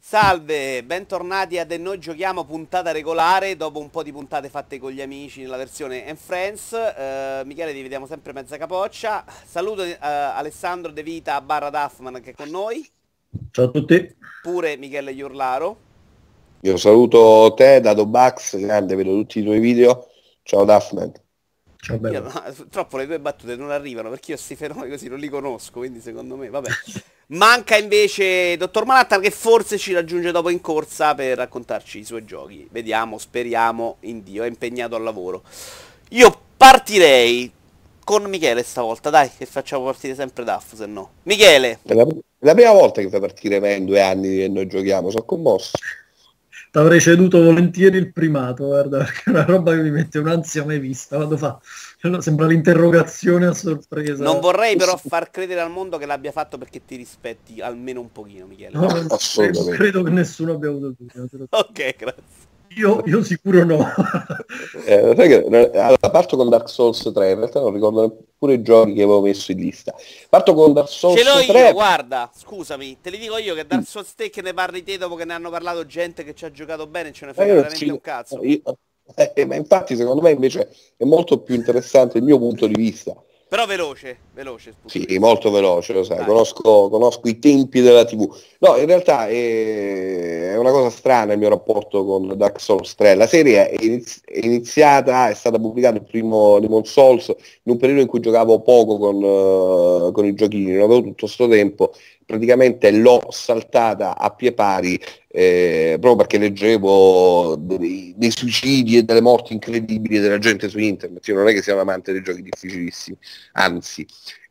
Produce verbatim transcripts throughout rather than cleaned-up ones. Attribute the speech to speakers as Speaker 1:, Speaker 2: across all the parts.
Speaker 1: Salve, bentornati a De Noi Giochiamo, puntata regolare, dopo un po' di puntate fatte con gli amici nella versione and Friends. Eh, Michele, ti vediamo sempre mezza capoccia. Saluto eh, Alessandro De Vita barra Duffman che è con noi,
Speaker 2: Ciao a tutti.
Speaker 1: pure Michele Iurlaro.
Speaker 3: Io saluto te, Dato Bax, grande, vedo tutti i tuoi video. Ciao Duffman.
Speaker 2: Ciao
Speaker 1: Io,
Speaker 2: bello.
Speaker 1: no, purtroppo le tue battute non arrivano perché io questi fenomeni così non li conosco, quindi secondo me, vabbè. Manca invece Dottor Manhattan che forse ci raggiunge dopo in corsa per raccontarci i suoi giochi. Vediamo, speriamo in Dio, è impegnato al lavoro. Io partirei con Michele stavolta, dai, che facciamo partire sempre Duff, se no. Michele!
Speaker 3: È la, è la prima volta che fai partire me in due anni che noi giochiamo, sono commosso.
Speaker 2: T'avrei ceduto volentieri il primato, guarda, perché è una roba che mi mette un'ansia mai vista. Quando fa, sembra l'interrogazione a sorpresa.
Speaker 1: Non vorrei però far credere al mondo che l'abbia fatto perché ti rispetti almeno un pochino, Michele.
Speaker 2: No, non
Speaker 3: Assolutamente.
Speaker 2: credo, credo che nessuno abbia avuto dubbi.
Speaker 1: Ok, grazie.
Speaker 2: Io, io sicuro no.
Speaker 3: Eh, sai che, allora, parto con Dark Souls tre, in realtà non ricordo pure i giochi che avevo messo in lista. Parto con Dark Souls
Speaker 1: Ce l'ho
Speaker 3: tre.
Speaker 1: io, guarda, scusami, te li dico io che Dark Souls tre che ne parli te dopo che ne hanno parlato gente che ci ha giocato bene, ce ne frega
Speaker 3: Eh,
Speaker 1: veramente
Speaker 3: ci-
Speaker 1: un cazzo.
Speaker 3: io- eh, ma infatti secondo me invece è molto più interessante il mio punto di vista.
Speaker 1: Però veloce, veloce. il punto di
Speaker 3: Sì,
Speaker 1: vista.
Speaker 3: molto veloce, lo sai,
Speaker 1: Dai.
Speaker 3: conosco, conosco i tempi della tivù. No, in realtà è, è una cosa strana il mio rapporto con Dark Souls tre. La serie è, iniz- è iniziata, è stata pubblicata il primo Demon Souls in un periodo in cui giocavo poco con, eh, con i giochini, non avevo tutto sto tempo, praticamente l'ho saltata a pie pari eh, proprio perché leggevo dei, dei suicidi e delle morti incredibili della gente su internet. Io non è che sia un amante dei giochi difficilissimi, anzi.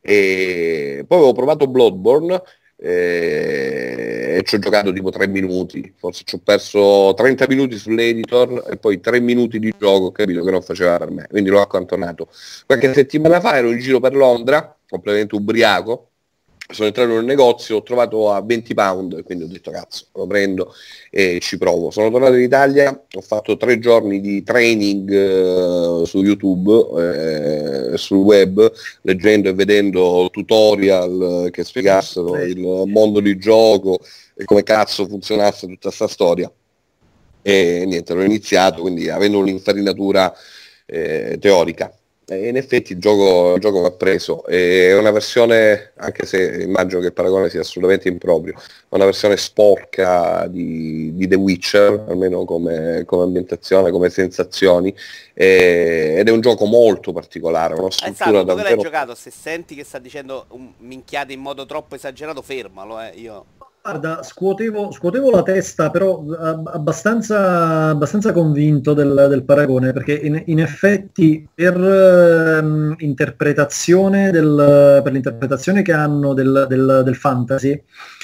Speaker 3: E poi avevo provato Bloodborne eh, e ci ho giocato tipo tre minuti, forse ci ho perso trenta minuti sull'editor e poi tre minuti di gioco, ho capito che non faceva per me, quindi l'ho accantonato. Qualche settimana fa ero in giro per Londra, completamente ubriaco, sono entrato in un negozio, ho trovato a venti pound, quindi ho detto cazzo, lo prendo e ci provo. Sono tornato in Italia, ho fatto tre giorni di training eh, su YouTube, eh, sul web, leggendo e vedendo tutorial che spiegassero il mondo di gioco e come cazzo funzionasse tutta sta storia. E niente, l'ho iniziato, quindi avendo un'infarinatura eh, teorica. E in effetti il gioco, il gioco mi ha preso, è una versione, anche se immagino che il paragone sia assolutamente improprio, è una versione sporca di, di The Witcher, almeno come, come ambientazione, come sensazioni, e- ed è un gioco molto particolare, una struttura
Speaker 1: Esatto, tu che l'hai
Speaker 3: davvero...
Speaker 1: giocato, se senti che sta dicendo un minchiate in modo troppo esagerato, fermalo, eh, io...
Speaker 2: Guarda, scuotevo, scuotevo la testa, però ab- abbastanza, abbastanza convinto del, del paragone, perché in, in effetti per ehm, interpretazione del, per l'interpretazione che hanno del, del- del fantasy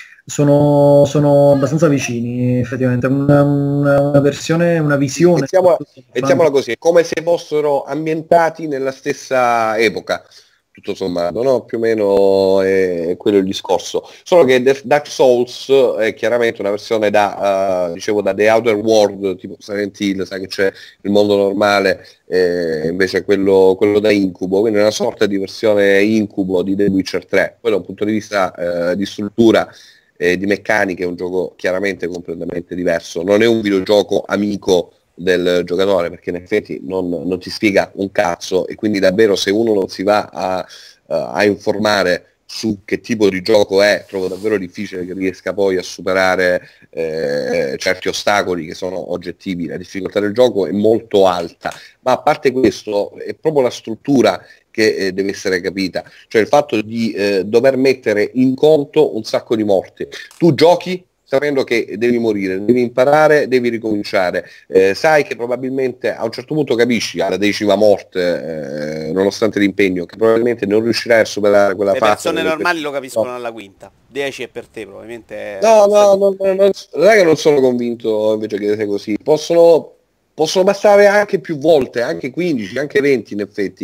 Speaker 2: sono, sono abbastanza vicini, effettivamente. Una, una- una versione, una visione.
Speaker 3: Mettiamola,
Speaker 2: soprattutto del
Speaker 3: mettiamola
Speaker 2: fantasy.
Speaker 3: così, è come se fossero ambientati nella stessa epoca, tutto sommato, no? Più o meno è quello il discorso. Solo che The- Dark Souls è chiaramente una versione da, eh, dicevo, da The Outer World, tipo Silent Hill, sai che c'è il mondo normale, eh, invece quello, quello da incubo, quindi è una sorta di versione incubo di The Witcher tre. Poi da un punto di vista eh, di struttura e di meccaniche è un gioco chiaramente completamente diverso. Non è un videogioco amico del giocatore perché in effetti non, non ti spiega un cazzo e quindi davvero se uno non si va a, a informare su che tipo di gioco è, trovo davvero difficile che riesca poi a superare eh, certi ostacoli che sono oggettivi. La difficoltà del gioco è molto alta, ma a parte questo è proprio la struttura che eh, deve essere capita, cioè il fatto di eh, dover mettere in conto un sacco di morti. Tu giochi sapendo che devi morire, devi imparare, devi ricominciare, eh, sai che probabilmente a un certo punto capisci alla decima morte, eh, nonostante l'impegno, che probabilmente non riuscirai a superare quella
Speaker 1: Le
Speaker 3: fase.
Speaker 1: persone
Speaker 3: delle-
Speaker 1: normali lo capiscono
Speaker 3: No.
Speaker 1: alla quinta. dieci è per te, probabilmente... è-
Speaker 3: No, no, no, no, no, non è che non sono convinto invece che sia così. Possono, possono bastare anche più volte, anche quindici, anche venti in effetti,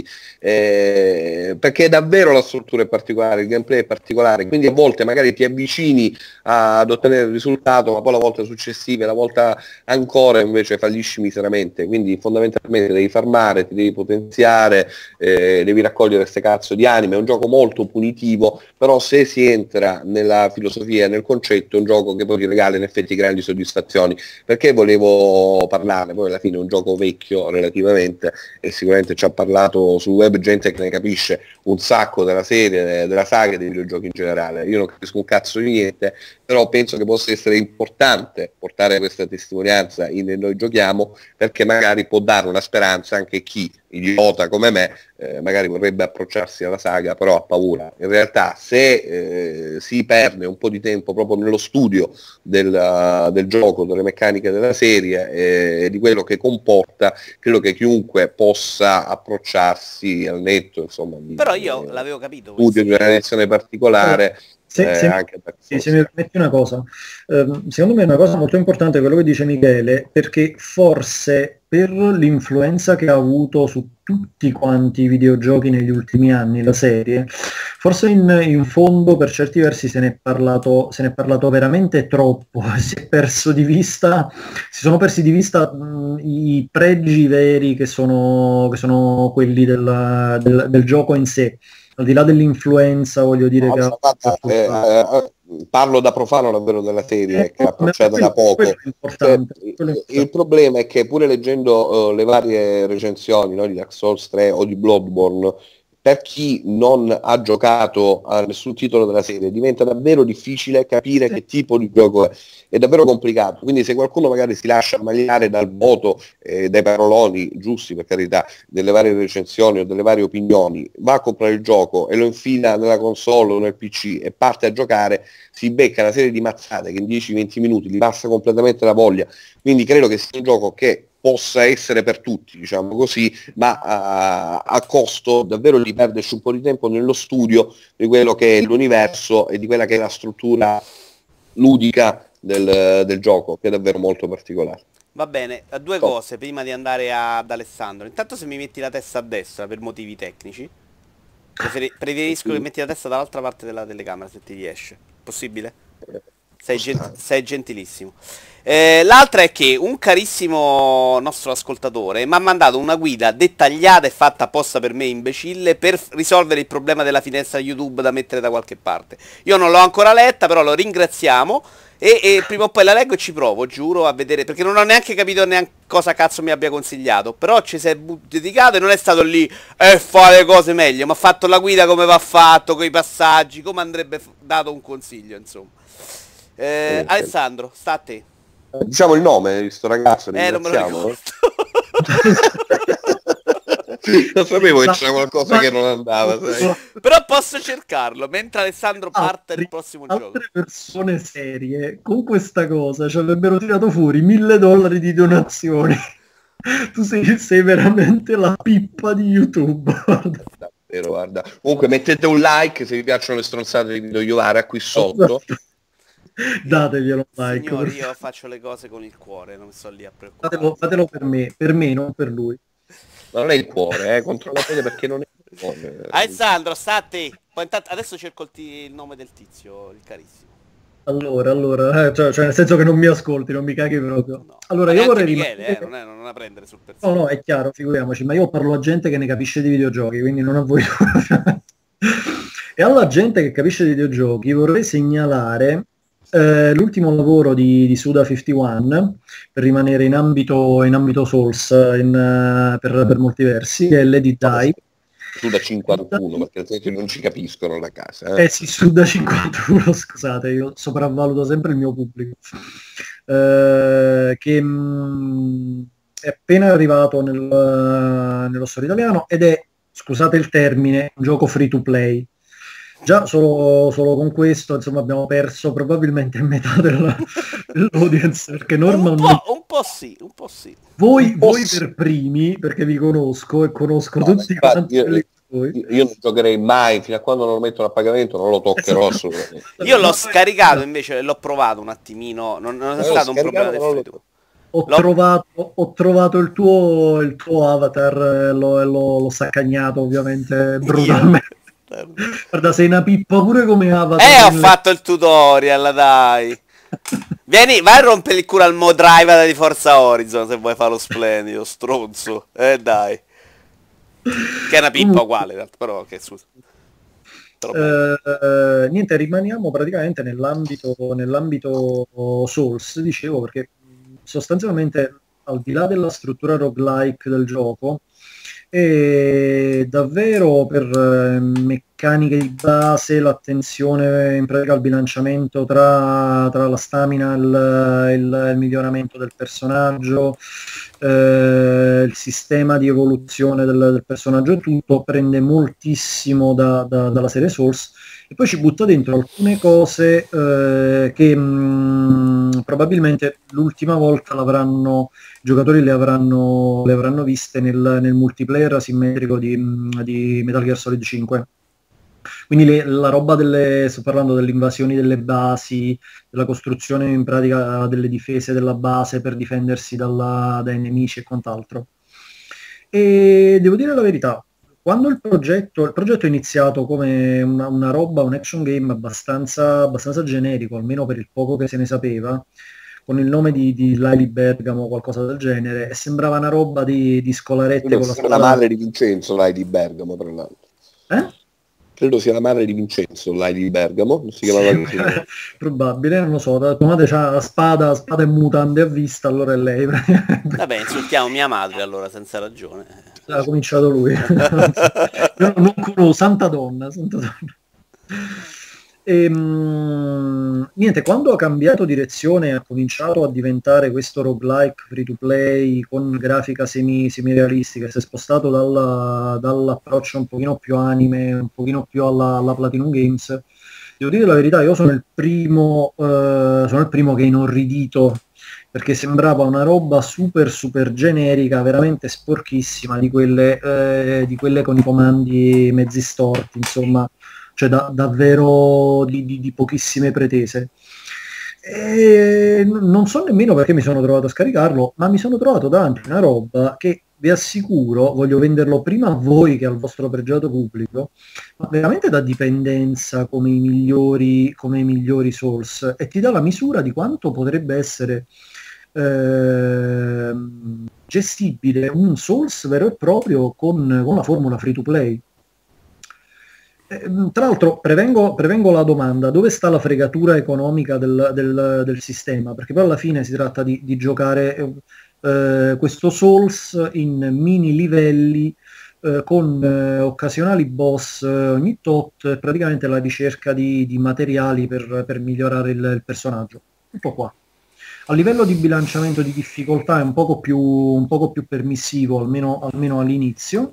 Speaker 3: eh, perché davvero la struttura è particolare, il gameplay è particolare, quindi a volte magari ti avvicini a, ad ottenere il risultato, ma poi la volta successiva, la volta ancora invece fallisci miseramente, quindi fondamentalmente devi farmare, ti devi potenziare, eh, devi raccogliere queste cazzo di anime, è un gioco molto punitivo, però se si entra nella filosofia, nel concetto, è un gioco che poi ti regala in effetti grandi soddisfazioni. Perché volevo parlarne? Poi alla fine è un gioco vecchio relativamente e sicuramente ci ha parlato sul web gente che ne capisce un sacco della serie, della saga e dei videogiochi in generale. Io non capisco un cazzo di niente, però penso che possa essere importante portare questa testimonianza in Noi Giochiamo, perché magari può dare una speranza anche a chi, idiota come me, eh, magari vorrebbe approcciarsi alla saga però ha paura. In realtà se eh, si perde un po' di tempo proprio nello studio del, uh, del gioco, delle meccaniche della serie e eh, di quello che comporta, credo che chiunque possa approcciarsi al netto, insomma, di,
Speaker 1: però io
Speaker 3: eh,
Speaker 1: l'avevo capito
Speaker 3: studio di una lezione particolare.
Speaker 2: Se,
Speaker 3: eh,
Speaker 2: se,
Speaker 3: anche
Speaker 2: sì, se mi permetti una cosa, ehm, secondo me è una cosa molto importante quello che dice Michele, perché forse per l'influenza che ha avuto su tutti quanti i videogiochi negli ultimi anni, la serie, forse in, in fondo per certi versi se ne è parlato, se ne è parlato veramente troppo, si è perso di vista, si sono persi di vista mh, i pregi veri che sono, che sono quelli del, del, del gioco in sé. Al di là dell'influenza, voglio dire
Speaker 3: no,
Speaker 2: che ha...
Speaker 3: fatta, eh, eh, parlo da profano davvero della serie, che l'ha approcciata da poco. Cioè, il problema è che pure leggendo uh, le varie recensioni, no, di Dark Souls tre o di Bloodborne, per chi non ha giocato a nessun titolo della serie diventa davvero difficile capire che tipo di gioco è, è davvero complicato, quindi se qualcuno magari si lascia ammagliare dal voto, eh, dai paroloni giusti per carità, delle varie recensioni o delle varie opinioni, va a comprare il gioco e lo infila nella console o nel P C e parte a giocare, si becca una serie di mazzate che in dieci venti minuti gli passa completamente la voglia, quindi credo che sia un gioco che possa essere per tutti, diciamo così, ma a, a costo davvero di perderci un po' di tempo nello studio di quello che è l'universo e di quella che è la struttura ludica del, del gioco, che è davvero molto particolare.
Speaker 1: Va bene, due
Speaker 3: Top.
Speaker 1: cose prima di andare a, ad Alessandro. Intanto se mi metti la testa a destra per motivi tecnici, preferi- preferisco che metti la testa dall'altra parte della telecamera se ti riesce. Possibile? Sei, gent- sei gentilissimo. Eh, l'altra è che un carissimo nostro ascoltatore mi ha mandato una guida dettagliata e fatta apposta per me, imbecille, per f- risolvere il problema della finestra YouTube da mettere da qualche parte. Io non l'ho ancora letta, però lo ringraziamo e, e prima o poi la leggo e ci provo, giuro, a vedere, perché non ho neanche capito neanche cosa cazzo mi abbia consigliato, però ci si è bu- dedicato e non è stato lì e eh, fa le cose meglio, ma ha fatto la guida come va fatto, con i passaggi, come andrebbe f- dato un consiglio, insomma. Eh, Alessandro, sta a te.
Speaker 3: Diciamo il nome di sto ragazzo,
Speaker 1: Eh, non me lo ricordo.
Speaker 3: Non sapevo che c'era qualcosa che non andava, sai.
Speaker 1: Però posso cercarlo mentre Alessandro parte
Speaker 2: Altri-
Speaker 1: il prossimo
Speaker 2: altre
Speaker 1: gioco.
Speaker 2: persone serie con questa cosa ci avrebbero tirato fuori mille dollari di donazioni. Tu sei, sei veramente la pippa di YouTube. Guarda.
Speaker 3: Davvero, guarda. Comunque mettete un like se vi piacciono le stronzate di Vito Iovara qui sotto.
Speaker 2: Dateglielo un like.
Speaker 1: Signori,
Speaker 2: per
Speaker 1: io faccio le cose con il cuore, non sto lì a preoccupare.
Speaker 2: Fatelo, fatelo per me, per me, non per lui.
Speaker 3: Ma non è il cuore, eh, controllate perché non è il cuore.
Speaker 1: Alessandro, sta a te. Poi intanto, adesso cerco il, ti- il nome del tizio, il carissimo.
Speaker 2: Allora, allora, eh, cioè, cioè, nel senso che non mi ascolti, non mi caghi proprio.
Speaker 1: No.
Speaker 2: Allora,
Speaker 1: Ma
Speaker 2: io
Speaker 1: neanche
Speaker 2: vorrei
Speaker 1: Michele,
Speaker 2: rimanere-
Speaker 1: eh, non è non la prendere sul
Speaker 2: No,
Speaker 1: personaggio.
Speaker 2: no, è chiaro, figuriamoci, ma io parlo a gente che ne capisce di videogiochi, quindi non a voi. E alla gente che capisce di videogiochi vorrei segnalare eh, l'ultimo lavoro di, di Suda cinquantuno, per rimanere in ambito, in ambito Souls, in, eh, per, per molti versi, che è Lady Die.
Speaker 3: Tu da cinquantuno, perché altrimenti non ci capiscono da casa. Eh.
Speaker 2: Eh sì, Suda cinquantuno, scusate, io sopravvaluto sempre il mio pubblico. Eh, che mh, è appena arrivato nel, nello store italiano ed è, scusate il termine, un gioco free to play. Già solo, solo con questo, insomma, abbiamo perso probabilmente metà della, dell'audience, perché
Speaker 1: Un
Speaker 2: normalmente
Speaker 1: po', un po' sì, un po' sì.
Speaker 2: voi,
Speaker 3: un po'
Speaker 2: voi
Speaker 3: sì.
Speaker 2: per primi, perché vi conosco e conosco
Speaker 3: No,
Speaker 2: tutti
Speaker 3: infatti,
Speaker 2: quanti
Speaker 3: io-
Speaker 2: quelli che voi.
Speaker 3: Io non giocherei mai, fino a quando non lo mettono a pagamento non lo toccherò assolutamente.
Speaker 1: Io l'ho
Speaker 2: No,
Speaker 1: scaricato invece, l'ho provato un attimino, non, non è
Speaker 3: Eh,
Speaker 1: stato un
Speaker 3: scaricato,
Speaker 1: problema del
Speaker 3: non lo-
Speaker 1: free to.
Speaker 2: ho,
Speaker 1: L'ho-
Speaker 2: trovato, ho trovato il tuo, il tuo avatar, e l'ho, e l'ho- l'ho saccagnato ovviamente
Speaker 1: Io.
Speaker 2: brutalmente. Guarda, sei una pippa pure come
Speaker 1: Eh,
Speaker 2: avatar
Speaker 1: ho
Speaker 2: in le-
Speaker 1: fatto il tutorial, dai. Vieni, vai a rompere il culo al Mo Driver di Forza Horizon se vuoi fare lo splendido, stronzo. Eh, dai. Che è una pippa
Speaker 2: Comunque,
Speaker 1: uguale, in realtà, però che scusa. Te lo merito.
Speaker 2: eh, niente, rimaniamo praticamente nell'ambito, nell'ambito Souls, dicevo, perché sostanzialmente al di là della struttura roguelike del gioco, è davvero per eh, meccaniche di base, l'attenzione in pratica al bilanciamento tra, tra la stamina e il, il- il miglioramento del personaggio, eh, il sistema di evoluzione del, del personaggio e tutto prende moltissimo da- da- dalla serie Souls e poi ci butta dentro alcune cose eh, che mh, probabilmente l'ultima volta l'avranno i giocatori le avranno, le avranno viste nel, nel multiplayer asimmetrico di, mh, di Metal Gear Solid cinque. Quindi le- la roba delle, sto parlando delle invasioni delle basi, della costruzione in pratica delle difese della base per difendersi dalla- dai nemici e quant'altro. E devo dire la verità, quando il progetto, il progetto è iniziato come una, una roba, un action game abbastanza, abbastanza generico, almeno per il poco che se ne sapeva, con il nome di, di Lily Bergamo o qualcosa del genere, e sembrava una roba di, di scolarette
Speaker 3: Credo
Speaker 2: con la
Speaker 3: sia la
Speaker 2: spada.
Speaker 3: madre di Vincenzo, l'hai di Bergamo, tra l'altro.
Speaker 2: Eh?
Speaker 3: Credo sia la madre di Vincenzo, l'hai di Bergamo, non si
Speaker 2: Sì,
Speaker 3: chiamava così.
Speaker 2: probabile, non lo so, da- tua madre c'ha la spada, spada e mutande a vista, allora è lei. praticamente.
Speaker 1: Vabbè, insultiamo mia madre allora, senza ragione.
Speaker 2: Ha cominciato lui. Non so. Io non conosco, santa donna, santa donna. Ehm, niente, quando ha cambiato direzione e ha cominciato a diventare questo roguelike free to play con grafica semi, semi-realistica, si è spostato dalla- dall'approccio un pochino più anime, un pochino più alla, alla Platinum Games. Devo dire la verità, io sono il primo, eh, sono il primo che è inorridito perché sembrava una roba super super generica, veramente sporchissima, di quelle, eh, di quelle con i comandi mezzi storti, insomma, cioè da- davvero di, di- di pochissime pretese. E n- non so nemmeno perché mi sono trovato a scaricarlo, ma mi sono trovato davanti a una roba che vi assicuro, voglio venderlo prima a voi che al vostro pregiato pubblico, ma veramente da dipendenza come i migliori, come i migliori Souls e ti dà la misura di quanto potrebbe essere ehm, gestibile un Souls vero e proprio con, con la formula free to play. Ehm, Tra l'altro prevengo, prevengo la domanda, dove sta la fregatura economica del, del- del sistema? Perché poi alla fine si tratta di, di giocare eh, questo Souls in mini livelli eh, con eh, occasionali boss eh, ogni tot, praticamente la ricerca di, di materiali per, per migliorare il, il personaggio. Tutto qua. A livello di bilanciamento di difficoltà è un poco più, un poco più permissivo, almeno, almeno all'inizio,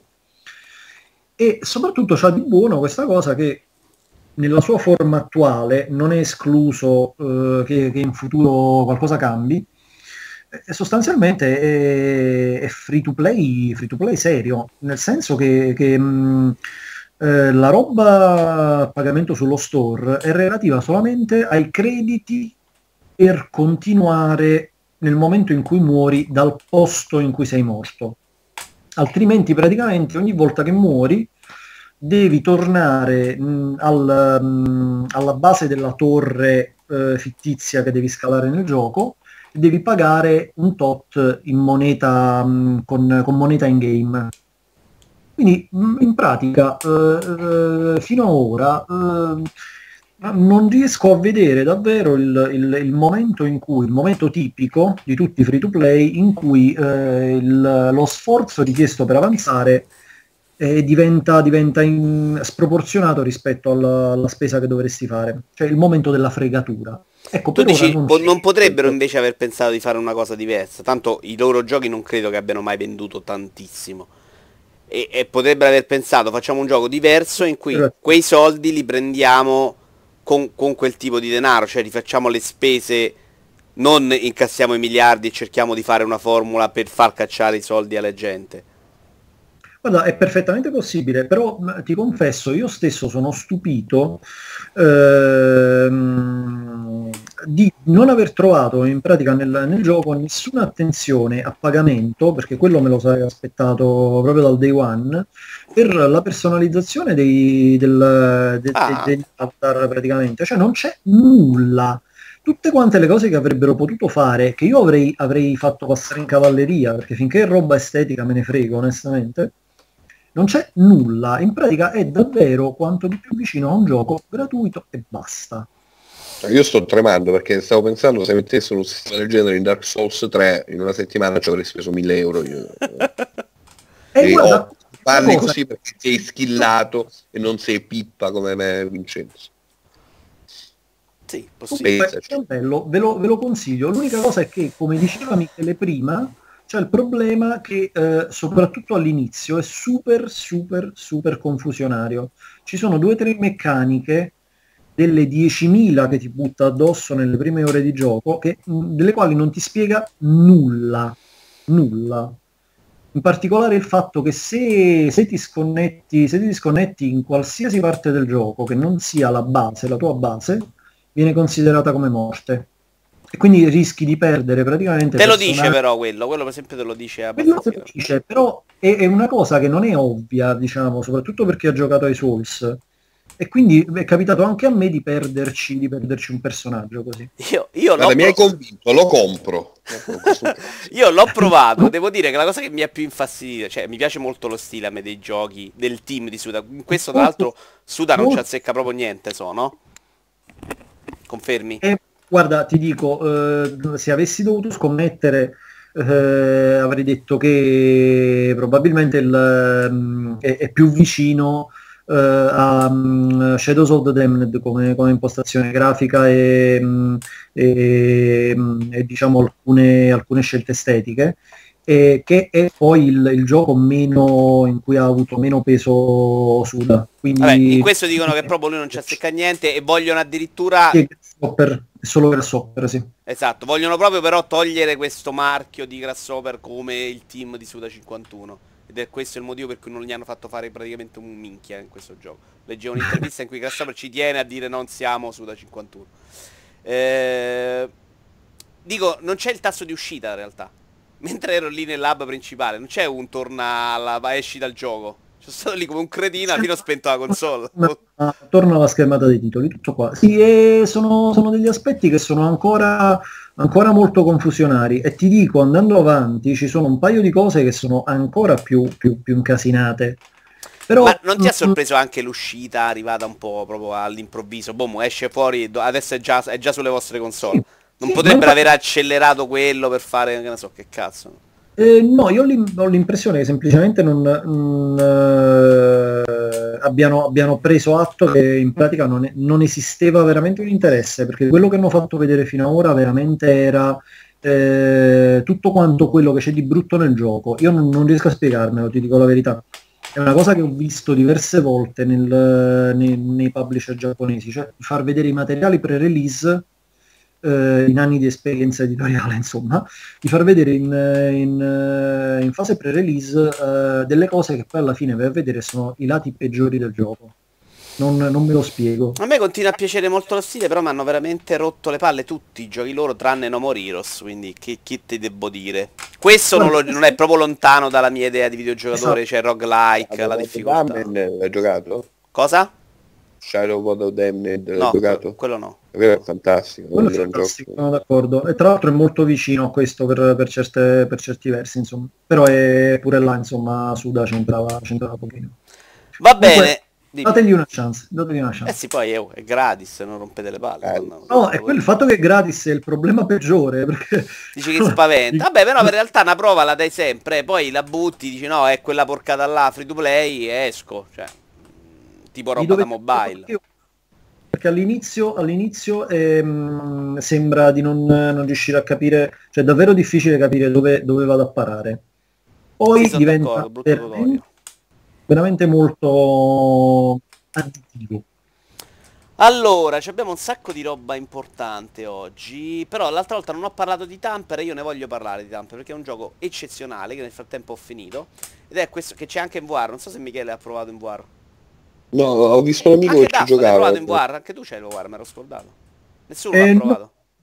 Speaker 2: e soprattutto c'ha di buono questa cosa che nella sua forma attuale non è escluso eh, che, che in futuro qualcosa cambi. E sostanzialmente è, è free to play, free to play serio, nel senso che, che, mh, eh, la roba a pagamento sullo store è relativa solamente ai crediti per continuare nel momento in cui muori dal posto in cui sei morto. Altrimenti praticamente ogni volta che muori devi tornare mh, al, mh, alla base della torre eh, fittizia che devi scalare nel gioco e devi pagare un tot in moneta, mh, con, con moneta in game. Quindi mh, in pratica eh, eh, fino ad ora eh, non riesco a vedere davvero il, il- il momento in cui, il momento tipico di tutti i free to play in cui eh, il- lo sforzo richiesto per avanzare eh, diventa, diventa in- sproporzionato rispetto alla, alla spesa che dovresti fare, cioè il momento della fregatura. Ecco,
Speaker 1: Tu
Speaker 2: per ora
Speaker 1: dici,
Speaker 2: non
Speaker 1: po-
Speaker 2: c'è.
Speaker 1: non potrebbero invece aver pensato di fare una cosa diversa, tanto i loro giochi non credo che abbiano mai venduto tantissimo. E, e potrebbero aver pensato, facciamo un gioco diverso in cui quei soldi li prendiamo con, con quel tipo di denaro, cioè rifacciamo le spese, non incassiamo i miliardi e cerchiamo di fare una formula per far cacciare i soldi alla gente.
Speaker 2: Guarda, è perfettamente possibile, però mh, ti confesso, io stesso sono stupito ehm, di non aver trovato in pratica nel, nel gioco nessuna attenzione a pagamento, perché quello me lo sarei aspettato proprio dal day one, per la personalizzazione dei, del, de- de-
Speaker 1: Ah,
Speaker 2: degli avatar praticamente, cioè non c'è nulla. Tutte quante le cose che avrebbero potuto fare, che io avrei, avrei fatto passare in cavalleria, perché finché è roba estetica me ne frego, onestamente, non c'è nulla. In pratica è davvero quanto di più vicino a un gioco gratuito e basta.
Speaker 3: Io sto tremando perché stavo pensando se mettessero un sistema del genere in Dark Souls tre in una settimana ci avrei speso mille euro io.
Speaker 2: E
Speaker 3: E
Speaker 2: guarda,
Speaker 3: oh, parli
Speaker 2: cosa-
Speaker 3: così perché sei skillato e non sei pippa come me, Vincenzo.
Speaker 1: sì, possibile.
Speaker 2: comunque è bello, ve lo, ve lo consiglio. L'unica cosa è che, come diceva Michele prima, c'è il problema che eh, soprattutto all'inizio è super, super, super confusionario. Ci sono due o tre meccaniche delle diecimila che ti butta addosso nelle prime ore di gioco, che, mh, delle quali non ti spiega nulla, nulla. In particolare il fatto che se, se ti sconnetti, se ti disconnetti in qualsiasi parte del gioco che non sia la base, la tua base, viene considerata come morte. E quindi rischi di perdere praticamente
Speaker 1: Te lo dice
Speaker 2: personaggi.
Speaker 1: però quello, quello per esempio te lo dice
Speaker 2: Quello
Speaker 1: abbastanza
Speaker 2: te lo
Speaker 1: chiaro.
Speaker 2: dice, però è, è una cosa che non è ovvia, diciamo, soprattutto per chi ha giocato ai Souls. E quindi è capitato anche a me di perderci, di perderci un personaggio così.
Speaker 1: Io, io l'ho
Speaker 3: Guarda, mi hai
Speaker 1: pro-
Speaker 3: convinto, lo compro.
Speaker 1: Io l'ho provato, devo dire che la cosa che mi ha più infastidito, cioè mi piace molto lo stile a me dei giochi del team di Suda. In questo tra
Speaker 2: Molto,
Speaker 1: l'altro Suda non ci
Speaker 2: molto.
Speaker 1: azzecca proprio niente, so, no? Confermi?
Speaker 2: E, guarda, ti dico, eh, se avessi dovuto scommettere, eh, avrei detto che probabilmente il, mm, è, è più vicino eh, a mm, Shadows of the Damned come, come impostazione grafica e, mm, e, mm, e, diciamo alcune, alcune scelte estetiche, e che è poi il, il gioco meno in cui ha avuto meno peso Suda.
Speaker 1: Vabbè, in
Speaker 2: Quindi
Speaker 1: questo dicono che proprio lui non ci azzecca niente e vogliono addirittura,
Speaker 2: sì, Grasshopper, è solo Grasshopper, sì.
Speaker 1: esatto, vogliono proprio però togliere questo marchio di Grasshopper come il team di Suda cinquantuno. Ed è questo il motivo per cui non gli hanno fatto fare praticamente un minchia in questo gioco. Leggevo un'intervista in cui Grasshopper ci tiene a dire non siamo Suda cinquantuno. Eh, Dico, non c'è il tasto di uscita in realtà. Mentre ero lì nel lab principale, non c'è un torna alla esci dal gioco. Sono stato lì come un cretino, alla fine ho spento la console.
Speaker 2: Ma- ma torno alla schermata dei titoli, tutto qua. Sì, e sono, sono degli aspetti che sono ancora, ancora molto confusionari e ti dico, andando avanti, ci sono un paio di cose che sono ancora più, più, più incasinate.
Speaker 1: Ma
Speaker 2: Però
Speaker 1: non ti ha
Speaker 2: mm,
Speaker 1: sorpreso anche l'uscita arrivata un po' proprio all'improvviso? Boom, esce fuori, do- adesso è già, è già sulle vostre console.
Speaker 2: sì,
Speaker 1: Non
Speaker 2: sì, ma
Speaker 1: potrebbero
Speaker 2: infatti
Speaker 1: aver accelerato quello per fare, che ne so, che cazzo.
Speaker 2: Eh, no, io ho l'im- ho l'impressione che semplicemente non, non, eh, abbiano, abbiano preso atto che in pratica non, è- non esisteva veramente un interesse, perché quello che hanno fatto vedere fino ad ora veramente era eh, tutto quanto quello che c'è di brutto nel gioco. Io non, non riesco a spiegarmelo, ti dico la verità. È una cosa che ho visto diverse volte nel- nei, nei publisher giapponesi, cioè far vedere i materiali pre-release eh, in anni di esperienza editoriale, insomma, di far vedere in, in, eh, in fase pre-release eh, delle cose che poi alla fine vai a vedere sono i lati peggiori del gioco. Non, non me lo spiego.
Speaker 1: A me continua a piacere molto lo stile, però mi hanno veramente rotto le palle tutti i giochi loro, tranne No More Heroes, quindi che, che ti devo dire? Questo non,
Speaker 2: Guarda,
Speaker 1: lo- non è proprio lontano dalla mia idea di videogiocatore,
Speaker 2: esatto.
Speaker 1: c'è il roguelike, la
Speaker 3: Shadow of the
Speaker 1: difficoltà.
Speaker 3: Damned l'hai giocato?
Speaker 1: Cosa?
Speaker 3: Shadow of the Damned l'hai
Speaker 1: No, que-
Speaker 3: giocato?
Speaker 1: quello no.
Speaker 3: Quello è fantastico, è
Speaker 2: Quello
Speaker 3: un
Speaker 2: è
Speaker 3: gran
Speaker 2: fantastico,
Speaker 3: gioco.
Speaker 2: sono d'accordo. E tra l'altro è molto vicino a questo per, per certe- per certi versi, insomma. Però è pure là, insomma, Suda c'entrava, c'entrava pochino.
Speaker 1: Va
Speaker 2: Comunque,
Speaker 1: bene, dimmi.
Speaker 2: dategli una chance, dategli una
Speaker 1: Eh
Speaker 2: chance.
Speaker 1: sì, poi è, è gratis, non rompete le palle.
Speaker 3: Eh,
Speaker 1: Quando,
Speaker 2: No,
Speaker 1: quando
Speaker 2: è
Speaker 1: lo
Speaker 2: quel
Speaker 1: volete.
Speaker 2: fatto che è gratis è il problema peggiore, perché
Speaker 1: Dici che spaventa. Vabbè, però in realtà una prova la dai sempre, poi la butti, dici no, è quella porcata là, free to play, e esco. Cioè, mm, tipo
Speaker 2: gli
Speaker 1: roba da
Speaker 2: dovete
Speaker 1: mobile.
Speaker 2: perché all'inizio, all'inizio ehm, sembra di non, non riuscire a capire, cioè è davvero difficile capire dove, dove vado a parare.
Speaker 1: Sì,
Speaker 2: Poi
Speaker 1: sono
Speaker 2: diventa
Speaker 1: d'accordo, brutto
Speaker 2: veramente,
Speaker 1: tutorial.
Speaker 2: veramente molto additivo.
Speaker 1: Allora, ci abbiamo un sacco di roba importante oggi, però l'altra volta non ho parlato di Tamper e io ne voglio parlare di Tamper perché è un gioco eccezionale che nel frattempo ho finito ed è questo che c'è anche in V R, non so se Michele ha provato in V R.
Speaker 3: No, ho visto un amico
Speaker 1: Anche
Speaker 3: che ci
Speaker 1: Daff l'hai
Speaker 3: giocava.
Speaker 1: provato in V R, anche tu c'hai il V R, mi ero scordato. Nessuno l'ha
Speaker 2: E no,
Speaker 1: provato.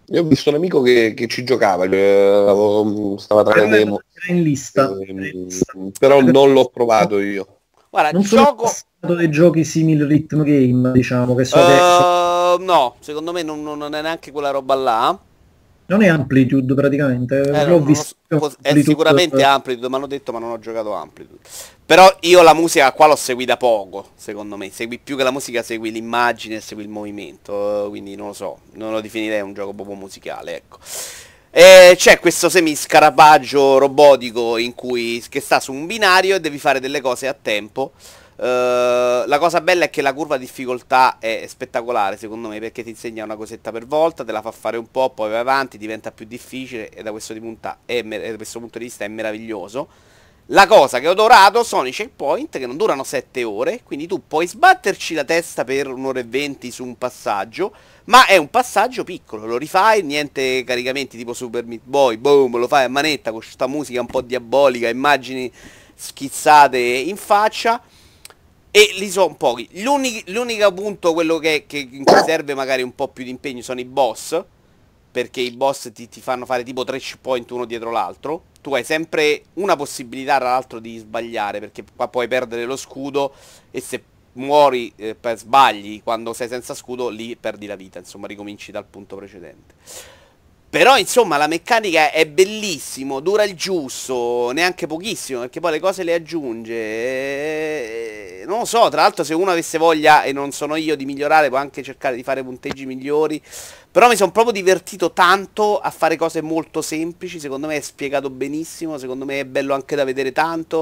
Speaker 3: Io ho visto un amico che, che ci giocava, eh, stava tra le demo,
Speaker 2: Era in lista.
Speaker 3: ehm, però non l'ho provato io.
Speaker 1: Guarda,
Speaker 2: Non sono
Speaker 1: gioco...
Speaker 2: appassionato dei giochi simili rhythm game, diciamo, che so che so-
Speaker 1: Uh, no, secondo me non, non è neanche quella roba là.
Speaker 2: non è Amplitude praticamente,
Speaker 1: Eh, no,
Speaker 2: l'ho
Speaker 1: non lo
Speaker 2: visto
Speaker 1: so. Pos- È
Speaker 2: Amplitude,
Speaker 1: sicuramente Amplitude, mi hanno detto, ma non ho giocato Amplitude. Però io la musica qua l'ho seguita poco, secondo me. Segui più che la musica, segui l'immagine e segui il movimento. eh, Quindi non lo so, non lo definirei un gioco proprio musicale, ecco. E c'è questo semiscarapaggio robotico in cui, che sta su un binario e devi fare delle cose a tempo. Uh, la cosa bella è che la curva di difficoltà è spettacolare secondo me, perché ti insegna una cosetta per volta, te la fa fare un po', poi vai avanti, diventa più difficile e da questo, di punta è, da questo punto di vista è meraviglioso. La cosa che ho adorato sono i checkpoint che non durano sette ore, quindi tu puoi sbatterci la testa per un'ora e venti su un passaggio, ma è un passaggio piccolo, lo rifai, niente caricamenti tipo Super Meat Boy, boom, lo fai a manetta con questa musica un po' diabolica, immagini schizzate in faccia. E li sono pochi. L'unico, l'unico punto, quello che, che in cui serve magari un po' più di impegno, sono i boss. Perché i boss ti, ti fanno fare tipo tre checkpoint uno dietro l'altro. Tu hai sempre una possibilità, tra l'altro, di sbagliare. Perché qua puoi perdere lo scudo. E se muori eh, per sbagli quando sei senza scudo, lì perdi la vita. Insomma, ricominci dal punto precedente. Però insomma la meccanica è bellissimo, dura il giusto, neanche pochissimo, perché poi le cose le aggiunge. e- Non lo so, tra l'altro se uno avesse voglia, e non sono io, di migliorare, può anche cercare di fare punteggi migliori. Però mi sono proprio divertito tanto a fare cose molto semplici, secondo me è spiegato benissimo, secondo me è bello anche da vedere tanto.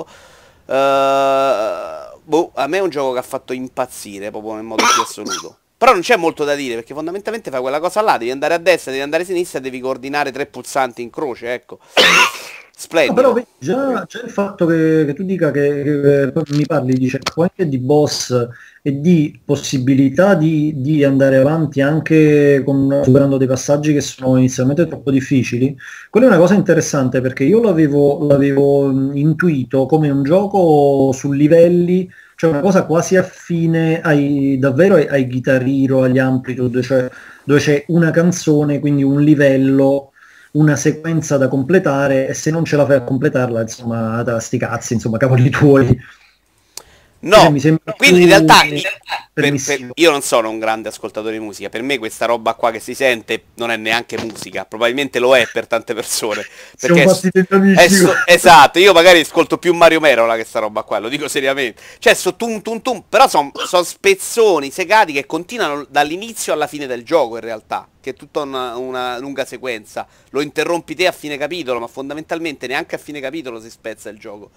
Speaker 1: Uh, boh, a me è un gioco che ha fatto impazzire proprio nel modo più assoluto. Però non c'è molto da dire, perché fondamentalmente fai quella cosa là, devi andare a destra, devi andare a sinistra e devi coordinare tre pulsanti in croce, ecco.
Speaker 2: No, però
Speaker 1: Splendido.
Speaker 2: vedi, già c'è il fatto che, che tu dica che, che poi mi parli di checkpoint di boss e di possibilità di, di andare avanti anche con, superando dei passaggi che sono inizialmente troppo difficili. Quella è una cosa interessante perché io l'avevo, l'avevo mh, intuito come un gioco su livelli, cioè una cosa quasi affine ai, davvero ai, ai Guitar Hero, agli Amplitude, cioè dove c'è una canzone, quindi un livello, una sequenza da completare e se non ce la fai a completarla, insomma, da sti cazzi, insomma, cavoli tuoi. Invece
Speaker 1: No,
Speaker 2: mi sembra
Speaker 1: quindi in
Speaker 2: più
Speaker 1: realtà i- per- per-
Speaker 2: permissivo.
Speaker 1: io non sono un grande ascoltatore di musica, per me questa roba qua che si sente non è neanche musica, probabilmente lo è per tante persone,
Speaker 2: Siamo
Speaker 1: perché è, s-
Speaker 2: fatti degli
Speaker 1: è
Speaker 2: amici.
Speaker 1: so- esatto, io magari ascolto più Mario Merola che sta roba qua, lo dico seriamente, cioè so tum tum tum, però sono spezzoni segati che continuano dall'inizio alla fine del gioco in realtà, che è tutta una, una lunga sequenza, lo interrompi te a fine capitolo, ma fondamentalmente neanche a fine capitolo si spezza il gioco.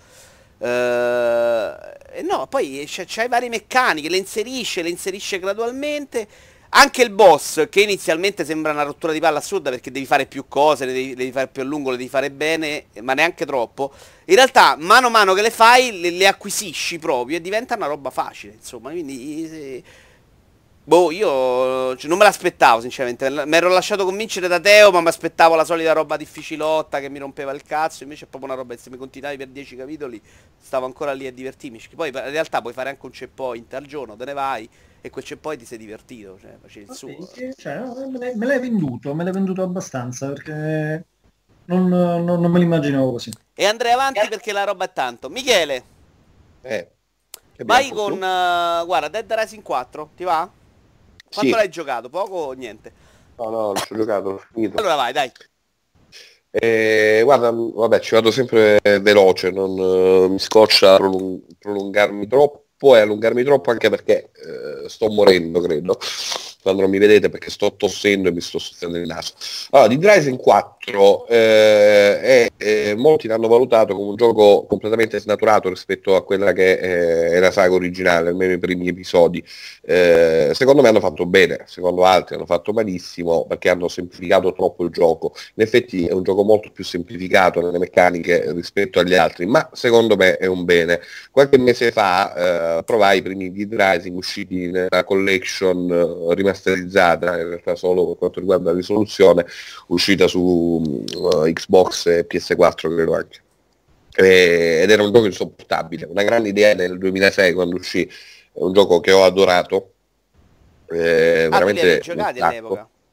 Speaker 1: Eh, no, poi c'è, c'hai varie meccaniche, le inserisce, le inserisce gradualmente. Anche il boss, che inizialmente sembra una rottura di palla assurda perché devi fare più cose, le devi, le devi fare più a lungo, le devi fare bene, ma neanche troppo. In realtà, mano a mano che le fai, le, le acquisisci proprio e diventa una roba facile. Insomma, quindi. se- Boh, io cioè, non me l'aspettavo, sinceramente. Mi ero lasciato convincere da Teo, ma mi aspettavo la solita roba difficilotta che mi rompeva il cazzo. Invece è proprio una roba che se mi continuavi per dieci capitoli, stavo ancora lì a divertirmi. Che poi in realtà puoi fare anche un checkpoint al giorno, te ne vai e quel checkpoint ti sei divertito. Cioè, facevi il suo.
Speaker 2: Vabbè, sì, cioè, no, me l'hai me l'hai venduto, me l'hai venduto abbastanza perché non, non- non me l'immaginavo così.
Speaker 1: E andrei avanti perché la roba è tanto. Michele,
Speaker 3: Eh, che
Speaker 1: vai
Speaker 3: abbiamo
Speaker 1: con.
Speaker 3: tu?
Speaker 1: eh, guarda, Dead Rising quattro, ti va? Quanto
Speaker 3: Sì,
Speaker 1: l'hai giocato? Poco o niente?
Speaker 3: no, no, non ci ho giocato, l'ho finito.
Speaker 1: Allora vai, dai.
Speaker 3: Eh, guarda, vabbè, ci vado sempre veloce, non eh, mi scoccia prolung- prolungarmi troppo e allungarmi troppo anche perché eh, sto morendo, credo, quando non mi vedete perché sto tossendo e mi sto soffiando il naso. Allora, di Rising quattro eh, è, eh, molti l'hanno valutato come un gioco completamente snaturato rispetto a quella che eh, è la saga originale, almeno i primi episodi. Eh, secondo me hanno fatto bene, secondo altri hanno fatto malissimo perché hanno semplificato troppo il gioco. In effetti è un gioco molto più semplificato nelle meccaniche rispetto agli altri, ma secondo me è un bene. Qualche mese fa eh, provai i primi Dead Rising usciti nella collection eh, rimasterizzata, in realtà solo per quanto riguarda la risoluzione, uscita su uh, Xbox e P S quattro credo anche. E- ed era un gioco insopportabile, una grande idea nel duemilasei quando uscì, è un gioco che ho adorato, eh,
Speaker 1: Ah, tu li avevi
Speaker 3: veramente un
Speaker 1: giocati
Speaker 3: sacco.
Speaker 1: all'epoca?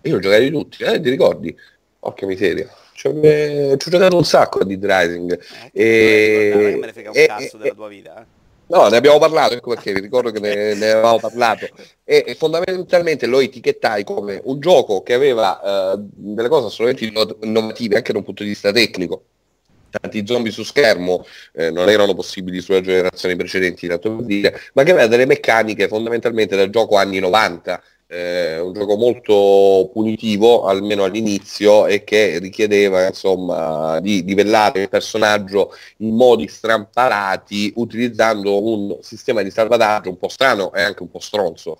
Speaker 3: Io ho giocato tutti, eh, ti ricordi? Porca miseria. Ci ho, eh, ci ho giocato un sacco a Dead Rising.
Speaker 1: Eh, che non
Speaker 3: E,
Speaker 1: me ne frega un
Speaker 3: e,
Speaker 1: cazzo
Speaker 3: e,
Speaker 1: della tua vita. Eh.
Speaker 3: No, ne abbiamo parlato, ecco perché vi ricordo che ne, ne avevamo parlato. E, e fondamentalmente lo etichettai come un gioco che aveva eh, delle cose assolutamente innovative anche da un punto di vista tecnico. Tanti zombie su schermo eh, non erano possibili sulle generazioni precedenti, tanto per dire, ma che aveva delle meccaniche fondamentalmente da gioco anni novanta. Eh, un gioco molto punitivo, almeno all'inizio, e che richiedeva insomma di livellare il personaggio in modi strampalati utilizzando un sistema di salvataggio un po' strano e anche un po' stronzo.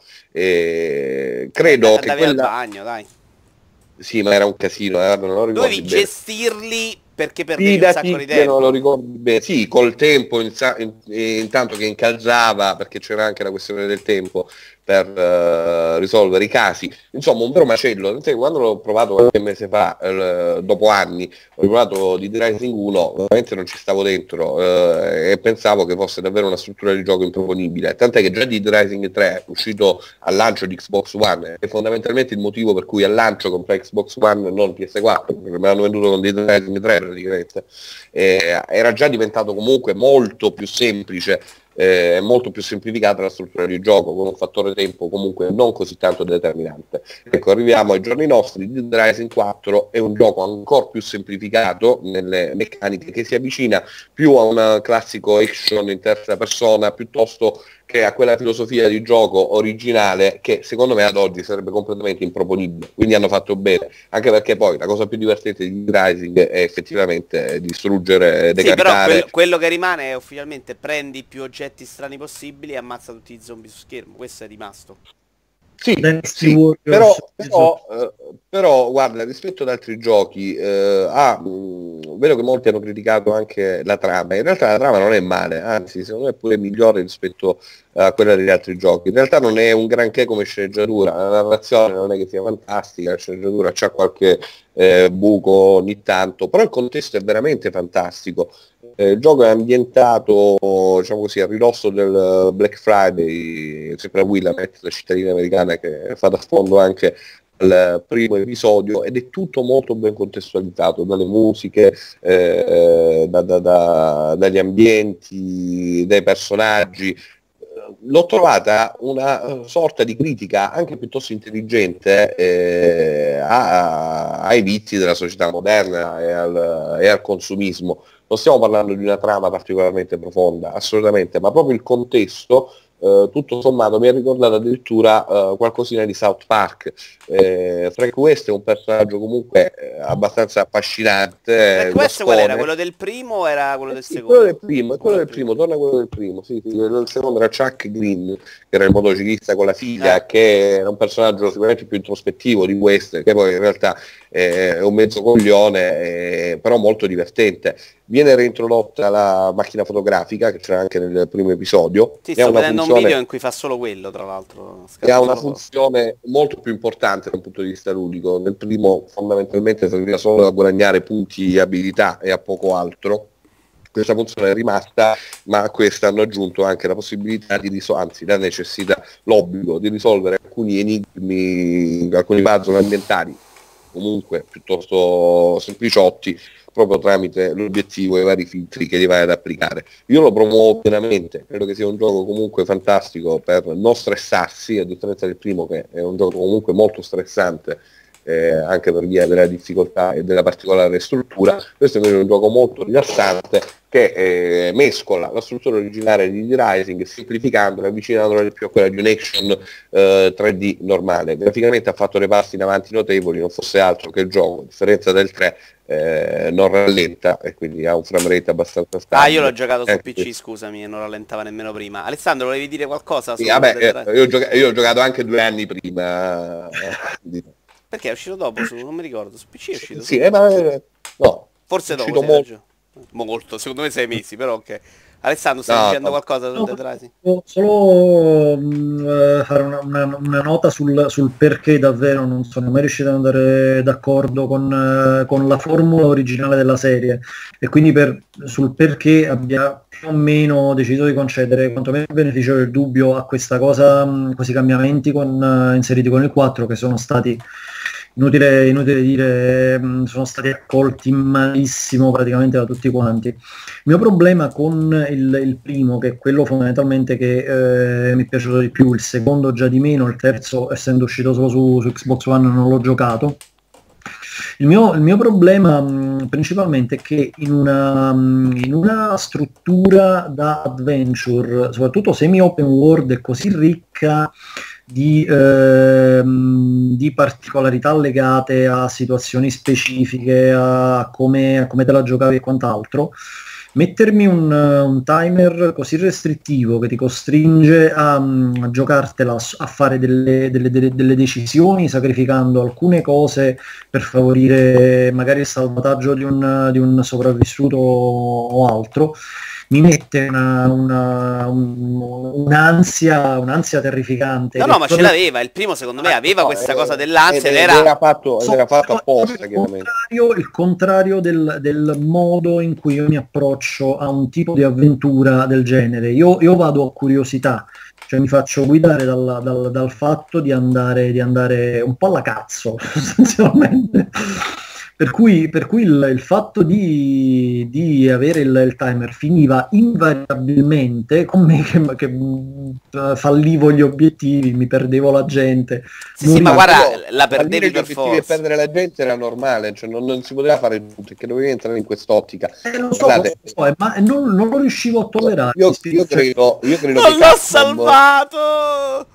Speaker 3: Eh, credo
Speaker 1: eh,
Speaker 3: che
Speaker 1: andavi
Speaker 3: quella...
Speaker 1: al bagno, dai.
Speaker 3: Sì, ma era un casino, eh, non lo ricordo
Speaker 1: Dovevi
Speaker 3: bene.
Speaker 1: gestirli perché perdevi un
Speaker 3: Fidati
Speaker 1: sacco di
Speaker 3: che non
Speaker 1: tempo.
Speaker 3: lo ricordi bene. Sì, col tempo, in, in, intanto che incalzava, perché c'era anche la questione del tempo per uh, risolvere i casi. Insomma, un vero macello. Quando l'ho provato qualche mese fa, eh, dopo anni, ho provato di Dead Rising uno, veramente non ci stavo dentro eh, e pensavo che fosse davvero una struttura di gioco improponibile. Tant'è che già di Dead Rising tre, uscito al lancio di Xbox One, è fondamentalmente il motivo per cui al lancio comprai Xbox One e non P S quattro, perché me l'hanno venduto con Dead Rising tre praticamente. Eh, era già diventato comunque molto più semplice, eh, molto più semplificata la struttura di gioco, con un fattore tempo comunque non così tanto determinante. Ecco, arriviamo ai giorni nostri. Dead Rising quattro è un gioco ancora più semplificato nelle meccaniche, che si avvicina più a un classico action in terza persona piuttosto che a quella filosofia di gioco originale che secondo me ad oggi sarebbe completamente improponibile. Quindi hanno fatto bene, anche perché poi la cosa più divertente di Dead Rising è effettivamente distruggere, decapitare.
Speaker 1: Sì, però quello, quello che rimane è ufficialmente prendi i più oggetti strani possibili e ammazza tutti i zombie su schermo. Questo è rimasto.
Speaker 3: Sì, sì, però, però, eh, però guarda, rispetto ad altri giochi, eh, ah, mh, vedo che molti hanno criticato anche la trama. In realtà la trama non è male, anzi secondo me è pure migliore rispetto a quella degli altri giochi. In realtà non è un granché come sceneggiatura, la narrazione non è che sia fantastica, la sceneggiatura c'ha qualche eh, buco ogni tanto, però il contesto è veramente fantastico. Eh, il gioco è ambientato, diciamo così, a ridosso del Black Friday, sempre a Willamette, la cittadina americana che fa da sfondo anche al primo episodio, ed è tutto molto ben contestualizzato, dalle musiche, eh, da, da, da, dagli ambienti, dai personaggi. L'ho trovata una sorta di critica anche piuttosto intelligente eh, a, ai vizi della società moderna e al, e al consumismo. Non stiamo parlando di una trama particolarmente profonda, assolutamente, ma proprio il contesto, eh, tutto sommato, mi ha ricordato addirittura eh, qualcosina di South Park. Eh, Frank West è un personaggio comunque eh, abbastanza affascinante.
Speaker 1: Frank West qual era? Quello del primo o era quello
Speaker 3: eh
Speaker 1: del
Speaker 3: sì,
Speaker 1: secondo?
Speaker 3: Quello del primo, quello del primo, torna quello del primo, sì, sì, quello del secondo era Chuck Green, che era il motociclista con la figlia,
Speaker 1: Eh.
Speaker 3: che era un personaggio sicuramente più introspettivo di West, che poi in realtà eh, è un mezzo coglione, eh, però molto divertente. Viene reintrodotta la macchina fotografica, che c'era anche nel primo episodio.
Speaker 1: Sì,
Speaker 3: sto
Speaker 1: sto vedendo
Speaker 3: funzione...
Speaker 1: un video in cui fa solo quello, tra l'altro.
Speaker 3: che ha una
Speaker 1: solo...
Speaker 3: funzione molto più importante dal punto di vista ludico. Nel primo fondamentalmente serviva solo a guadagnare punti di abilità e a poco altro. Questa funzione è rimasta, ma a questa hanno aggiunto anche la possibilità di risolvere, anzi la necessità, l'obbligo di risolvere alcuni enigmi, alcuni puzzle ambientali comunque piuttosto sempliciotti, proprio tramite l'obiettivo e i vari filtri che gli vai ad applicare. Io lo promuovo pienamente, credo che sia un gioco comunque fantastico per non stressarsi, a differenza del primo che è un gioco comunque molto stressante, eh, anche per via della difficoltà e della particolare struttura. Questo è un gioco molto rilassante che eh, mescola la struttura originale di Dead Rising, semplificandola, avvicinandola di più a quella di un action eh, tre D normale. Graficamente ha fatto dei passi in avanti notevoli, non fosse altro che il gioco, a differenza del tre, eh, non rallenta e quindi ha un frame rate abbastanza stabile.
Speaker 1: Ah, io l'ho giocato su
Speaker 3: Anche
Speaker 1: P C, scusami, e non rallentava nemmeno prima. Alessandro, volevi dire qualcosa?
Speaker 3: sì,
Speaker 1: Su
Speaker 3: vabbè,
Speaker 1: Dead
Speaker 3: eh, io, ho giocato, io ho giocato anche due anni prima.
Speaker 1: Perché è uscito dopo? Su, non mi ricordo, su P C è uscito?
Speaker 3: Sì, eh, ma eh, no.
Speaker 1: Forse
Speaker 3: è
Speaker 1: dopo,
Speaker 3: uscito
Speaker 1: sì,
Speaker 3: molto.
Speaker 1: molto, secondo me sei mesi, però ok. Alessandro, stai
Speaker 3: No,
Speaker 1: dicendo
Speaker 3: no.
Speaker 1: qualcosa su
Speaker 2: No,
Speaker 1: Dead Rising?
Speaker 2: solo mh, eh, fare una, una- una nota sul, sul perché davvero non sono mai riuscito ad andare d'accordo con, eh, con la formula originale della serie, e quindi per- sul perché abbia più o meno deciso di concedere quantomeno il beneficio del dubbio a questa cosa, mh, questi cambiamenti con, eh, inseriti con il quattro, che sono stati inutile, inutile dire, mh, sono stati accolti malissimo praticamente da tutti quanti. Il mio problema con il, il primo, che è quello fondamentalmente che eh, mi è piaciuto di più, il secondo già di meno, il terzo essendo uscito solo su, su Xbox One non l'ho giocato. Il mio, il mio problema mh, principalmente è che in una, mh, in una struttura da adventure, soprattutto semi-open world, è così ricca di, ehm, di particolarità legate a situazioni specifiche, a come, a come te la giocavi e quant'altro, mettermi un, un timer così restrittivo che ti costringe a, a giocartela, a fare delle, delle, delle, delle decisioni, sacrificando alcune cose per favorire magari il salvataggio di un, di un sopravvissuto o altro, mi mette una, una, un- un'ansia, un'ansia terrificante.
Speaker 1: No,
Speaker 2: Che
Speaker 1: no, ma ce
Speaker 2: proprio-
Speaker 1: l'aveva. Il primo, secondo me, aveva
Speaker 3: No,
Speaker 1: questa
Speaker 3: eh,
Speaker 1: cosa dell'ansia ed
Speaker 3: ed
Speaker 1: era...
Speaker 3: era fatto, ed
Speaker 2: So-
Speaker 3: era fatto
Speaker 2: so-
Speaker 3: apposta,
Speaker 2: il
Speaker 3: chiaramente.
Speaker 2: contrario, il contrario del, del modo in cui io mi approccio a un tipo di avventura del genere. Io, io vado a curiosità, cioè mi faccio guidare dal, dal- dal fatto di andare, di andare un po' alla cazzo, sostanzialmente. Per cui, per cui il, il fatto di, di avere il, il timer finiva invariabilmente con me che, che mh, fallivo gli obiettivi, mi perdevo la gente.
Speaker 1: Sì, sì, ma
Speaker 2: morivo.
Speaker 1: guarda,
Speaker 3: Quello,
Speaker 1: la
Speaker 3: fallire
Speaker 1: perdevi
Speaker 3: gli
Speaker 1: per
Speaker 3: obiettivi e
Speaker 1: forza.
Speaker 3: perdere la gente era normale, cioè non, non si poteva fare tutto, perché dovevi entrare in quest'ottica.
Speaker 2: Eh, lo so,
Speaker 3: Guardate,
Speaker 2: lo so, eh, ma non, non lo riuscivo a tollerare.
Speaker 3: io,
Speaker 2: mi
Speaker 3: io
Speaker 2: spiace.
Speaker 3: credo, io credo
Speaker 1: Non
Speaker 3: che
Speaker 1: l'ho
Speaker 3: Capcom,
Speaker 1: salvato!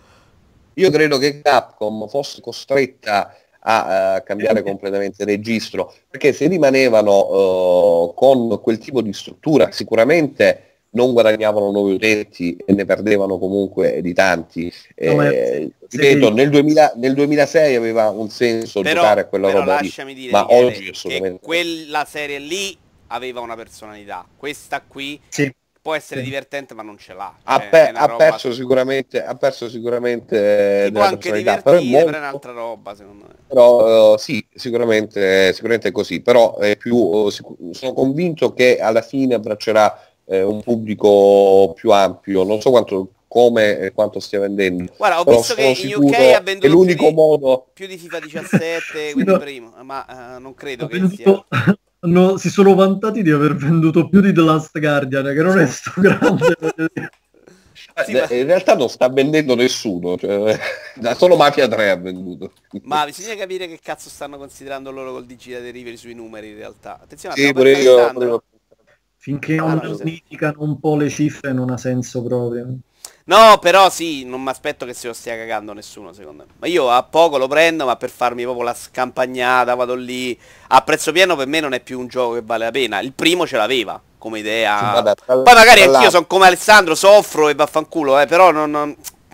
Speaker 3: io credo che Capcom fosse costretta a, eh, cambiare completamente il registro, perché se rimanevano eh, con quel tipo di struttura sicuramente non guadagnavano nuovi utenti e ne perdevano comunque di tanti.
Speaker 2: No, ma
Speaker 3: Eh,
Speaker 2: se-
Speaker 3: ripeto, nel, duemila, nel duemilasei aveva un senso
Speaker 1: Però,
Speaker 3: giocare a quella
Speaker 1: però
Speaker 3: roba lì,
Speaker 1: lasciami dire,
Speaker 3: ma
Speaker 1: Michele,
Speaker 3: oggi
Speaker 1: che
Speaker 3: assolutamente no.
Speaker 1: quella serie lì aveva una personalità. Questa qui
Speaker 2: sì,
Speaker 1: può essere
Speaker 2: sì.
Speaker 1: divertente, ma non ce l'ha.
Speaker 3: Ha,
Speaker 1: Cioè,
Speaker 3: pe-
Speaker 1: è una
Speaker 3: ha
Speaker 1: roba...
Speaker 3: perso sicuramente, ha perso sicuramente
Speaker 1: Ti può
Speaker 3: della
Speaker 1: anche
Speaker 3: personalità, però è
Speaker 1: divertire, però è
Speaker 3: molto.
Speaker 1: un'altra roba, secondo me.
Speaker 3: Però eh, sì, sicuramente, sicuramente è così, però è più, eh, sicu- sono convinto che alla fine abbraccerà eh, un pubblico più ampio, non so quanto, come e quanto stia vendendo,
Speaker 1: Guarda, ho
Speaker 3: però
Speaker 1: visto che
Speaker 3: sono
Speaker 1: in U K
Speaker 3: sicuro
Speaker 1: ha
Speaker 3: che
Speaker 1: venduto più
Speaker 3: l'unico
Speaker 1: di,
Speaker 3: modo.
Speaker 1: più di FIFA diciassette,
Speaker 2: Sì,
Speaker 1: quindi
Speaker 2: no,
Speaker 1: primo, ma eh, non credo
Speaker 2: ha
Speaker 1: che sia...
Speaker 2: venduto- no, si sono vantati di aver venduto più di The Last Guardian, che non è sto grande. voglio dire.
Speaker 1: Sì, ma...
Speaker 3: Eh, in realtà non sta vendendo nessuno, cioè, da solo Mafia tre ha venduto.
Speaker 1: Ma bisogna capire che cazzo stanno considerando loro col Digital Delivery sui numeri in realtà. Attenzione,
Speaker 3: Sì,
Speaker 1: abbiamo
Speaker 3: pure
Speaker 1: perso
Speaker 3: io, pure io.
Speaker 1: Alessandro?
Speaker 2: Finché
Speaker 1: Ah,
Speaker 2: non
Speaker 1: no, ci sei.
Speaker 2: unificano un po' le cifre non ha senso proprio.
Speaker 1: No, però sì, non mi aspetto che se lo stia cagando nessuno, secondo me. Ma io a poco lo prendo, ma per farmi proprio la scampagnata, vado lì. A prezzo pieno per me non è più un gioco che vale la pena. Il primo ce l'aveva come
Speaker 3: Sì,
Speaker 1: idea.
Speaker 3: vabbè, tra,
Speaker 1: Poi magari
Speaker 3: tra
Speaker 1: anch'io
Speaker 3: l'altro,
Speaker 1: sono come Alessandro, soffro e vaffanculo, eh, però non... non-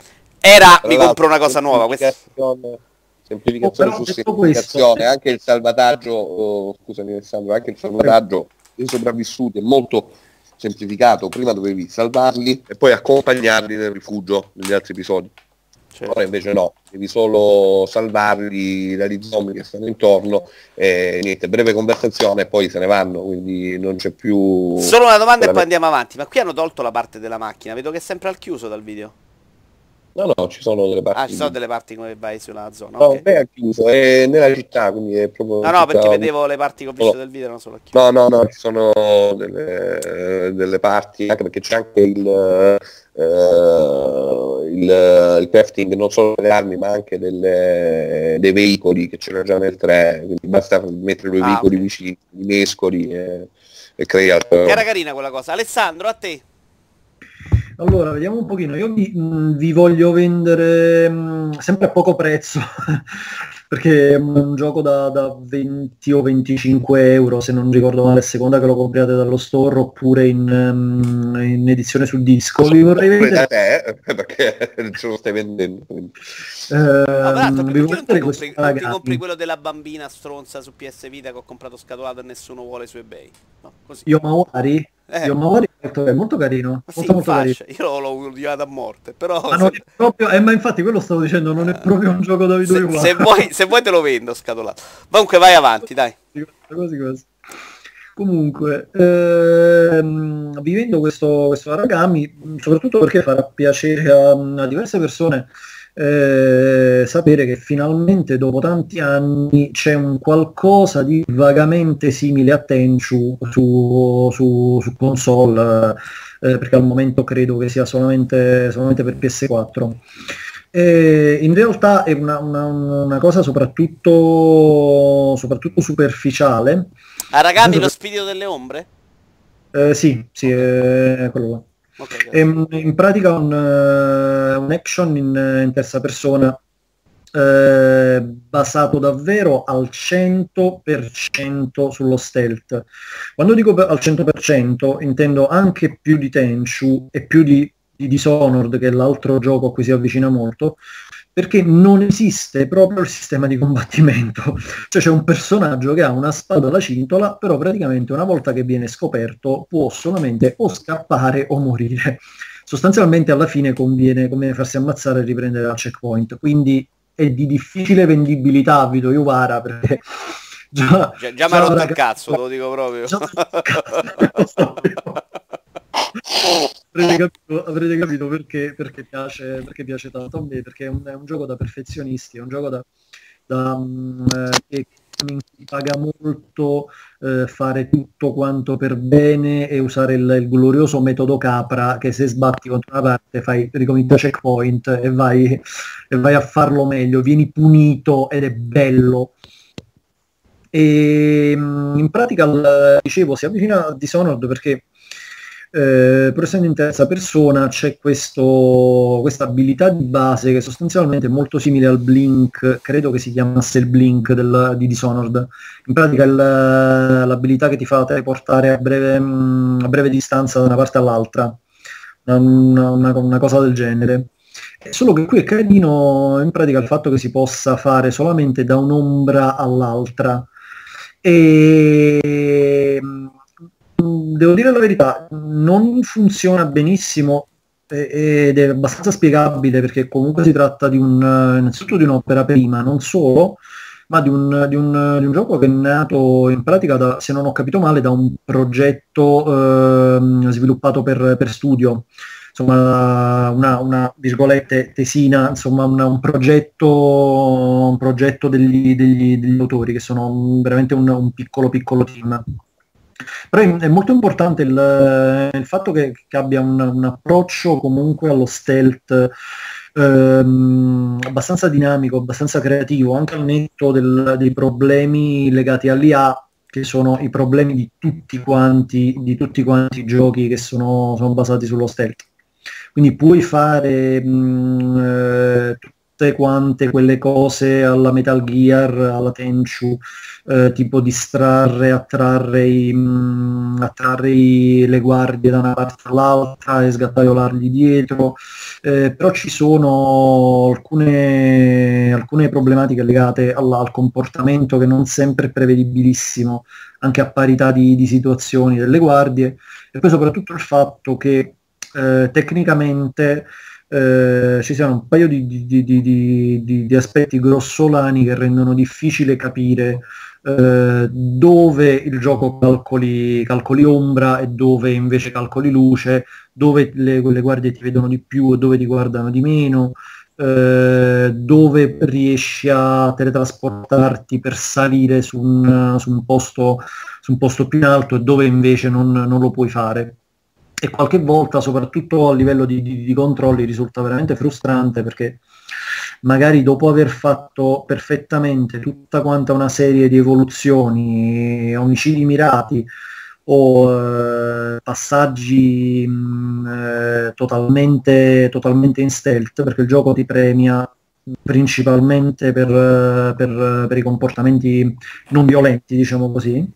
Speaker 1: Era,
Speaker 3: tra
Speaker 1: mi compro una
Speaker 3: l'altro,
Speaker 1: cosa nuova. Questo...
Speaker 3: semplificazione,
Speaker 2: Oh,
Speaker 3: semplificazione
Speaker 2: però
Speaker 3: su
Speaker 2: detto questo,
Speaker 3: semplificazione, anche il salvataggio, oh, scusami Alessandro, anche il salvataggio dei sopravvissuti è molto semplificato. Prima dovevi salvarli e poi accompagnarli nel rifugio negli altri episodi.
Speaker 1: Cioè,
Speaker 3: Ora invece no, devi solo salvarli dagli zombie che stanno intorno e niente, breve conversazione e poi se ne vanno, quindi non c'è più
Speaker 1: solo una domanda e
Speaker 3: quella
Speaker 1: poi
Speaker 3: me-
Speaker 1: andiamo avanti. Ma qui hanno tolto la parte della macchina. Vedo che è sempre al chiuso dal video.
Speaker 3: No, no, ci sono delle
Speaker 1: Ah,
Speaker 3: parti
Speaker 1: ci sono
Speaker 3: lì.
Speaker 1: delle parti come vai sulla zona,
Speaker 3: No,
Speaker 1: ok.
Speaker 3: non è chiuso, è nella città, quindi è proprio
Speaker 1: No, no, perché
Speaker 3: tutta.
Speaker 1: vedevo le parti che ho visto
Speaker 3: No,
Speaker 1: del video, non solo al chiuso.
Speaker 3: no, no, no, ci sono delle, delle parti, anche perché c'è anche il, eh, il, il crafting non solo delle armi, ma anche delle- dei veicoli che c'era già nel tre, quindi basta mettere due
Speaker 1: Ah,
Speaker 3: veicoli
Speaker 1: ok.
Speaker 3: vicini, li mescoli e, e crei altre
Speaker 1: Era
Speaker 3: robe.
Speaker 1: carina quella cosa. Alessandro, a te.
Speaker 2: allora, vediamo un pochino. Io vi, mh, vi voglio vendere mh, sempre a poco prezzo, perché è un gioco da, da venti o venticinque euro, se non ricordo male, a seconda che lo compriate dallo store oppure in, um, in edizione sul disco. Vi vorrei
Speaker 3: Oppure da
Speaker 2: vendere,
Speaker 3: te, perché ce lo stai vendendo. Quindi.
Speaker 1: No, peraltro,
Speaker 2: ehm, vi
Speaker 1: perché
Speaker 2: vorrei
Speaker 1: non ti
Speaker 2: vendere
Speaker 1: compri,
Speaker 2: questo
Speaker 1: non ti compri
Speaker 2: Aragami.
Speaker 1: quello della bambina stronza su P S Vita che ho comprato scatolato e nessuno vuole su eBay? No, così.
Speaker 2: Yomawari?
Speaker 1: Eh,
Speaker 2: Yomawari è molto, è molto carino,
Speaker 1: ma sì,
Speaker 2: molto
Speaker 1: in
Speaker 2: molto carino.
Speaker 1: fascia. Io l'ho odiato a morte, però
Speaker 2: Ma non
Speaker 1: se,
Speaker 2: è proprio, eh, ma infatti quello stavo dicendo, non è proprio un gioco da
Speaker 1: se,
Speaker 2: videogioco.
Speaker 1: se vuoi, se vuoi te lo vendo scatolato. Comunque vai avanti, dai.
Speaker 2: Così, così. Comunque, ehm, vivendo questo, questo Aragami, soprattutto perché farà piacere a, a diverse persone, eh, sapere che finalmente dopo tanti anni c'è un qualcosa di vagamente simile a Tenchu su, su, su console, eh, perché al momento credo che sia solamente, solamente per P S quattro. E in realtà è una, una- una cosa soprattutto, soprattutto superficiale.
Speaker 1: Aragami,
Speaker 2: Senza
Speaker 1: lo
Speaker 2: per-
Speaker 1: spirito delle ombre?
Speaker 2: eh, sì, sì,
Speaker 1: Ok,
Speaker 2: è quello là.
Speaker 1: ok,
Speaker 2: È
Speaker 1: grazie.
Speaker 2: un- in pratica un, eh, un action in, in terza persona, eh, basato davvero al cento per cento sullo stealth. Quando dico per- al cento per cento intendo anche più di Tenchu e più di, di Dishonored, che è l'altro gioco a cui si avvicina molto, perché non esiste proprio il sistema di combattimento. Cioè c'è un personaggio che ha una spada alla cintola, però praticamente una volta che viene scoperto può solamente o scappare o morire. Sostanzialmente alla fine conviene, conviene farsi ammazzare e riprendere al checkpoint. Quindi è di difficile vendibilità Vito Iuvara, perché già,
Speaker 1: Già, già mi ha
Speaker 2: già
Speaker 1: rotto il
Speaker 2: ragazzi,
Speaker 1: cazzo, te lo dico proprio.
Speaker 2: già avrete capito, avrete capito perché, perché piace, perché piace tanto a me, perché è un, è un gioco da perfezionisti, è un gioco da, da, mm, eh, che in cui paga molto, eh, fare tutto quanto per bene e usare il, il glorioso metodo capra, che se sbatti contro una parte fai ricomincia checkpoint e vai, e vai a farlo meglio, vieni punito ed è bello. E mh, in pratica, il- dicevo, si avvicina a Dishonored perché, eh, pur essendo in terza persona, c'è questo, questa abilità di base che sostanzialmente è molto simile al Blink, credo che si chiamasse il Blink del- di Dishonored. In pratica il- l'abilità che ti fa teleportare a breve, mh, a breve distanza da una parte all'altra, una, una- una cosa del genere. Eh, Solo che qui è carino in pratica il fatto che si possa fare solamente da un'ombra all'altra. E mh, devo dire la verità, non funziona benissimo, eh, ed è abbastanza spiegabile perché comunque si tratta di un, eh, innanzitutto di un'opera prima, non solo, ma di un, di un- di un gioco che è nato in pratica, da, se non ho capito male, da un progetto ehm, sviluppato per, per studio, insomma una, una, virgolette tesina, insomma una- un progetto, un progetto degli, degli- degli autori che sono un- veramente un, un piccolo piccolo team. Però è, è molto importante il, il fatto che, che abbia un, un approccio comunque allo stealth ehm, abbastanza dinamico, abbastanza creativo, anche al netto del- dei problemi legati all'I A, che sono i problemi di tutti quanti, di tutti quanti i giochi che sono, sono basati sullo stealth. Quindi puoi fare mh, eh, tutte quante quelle cose alla Metal Gear, alla Tenchu, eh, tipo distrarre, attrarre, i, mh, attrarre i- le guardie da una parte all'altra e sgattaiolargli dietro, eh, però ci sono alcune, alcune problematiche legate alla- al comportamento che non sempre è prevedibilissimo, anche a parità di, di situazioni delle guardie, e poi soprattutto il fatto che eh, tecnicamente eh, ci siano un paio di, di- di- di- di- di aspetti grossolani che rendono difficile capire eh, dove il gioco calcoli, calcoli ombra e dove invece calcoli luce, dove le, le guardie ti vedono di più e dove ti guardano di meno, eh, dove riesci a teletrasportarti per salire su un, su un posto, su un posto più in alto e dove invece non, non lo puoi fare. E qualche volta, soprattutto a livello di, di- di controlli, risulta veramente frustrante perché magari dopo aver fatto perfettamente tutta quanta una serie di evoluzioni, omicidi mirati o eh, passaggi mh, eh, totalmente, totalmente in stealth, perché il gioco ti premia principalmente per, eh, per- per i comportamenti non violenti, diciamo così,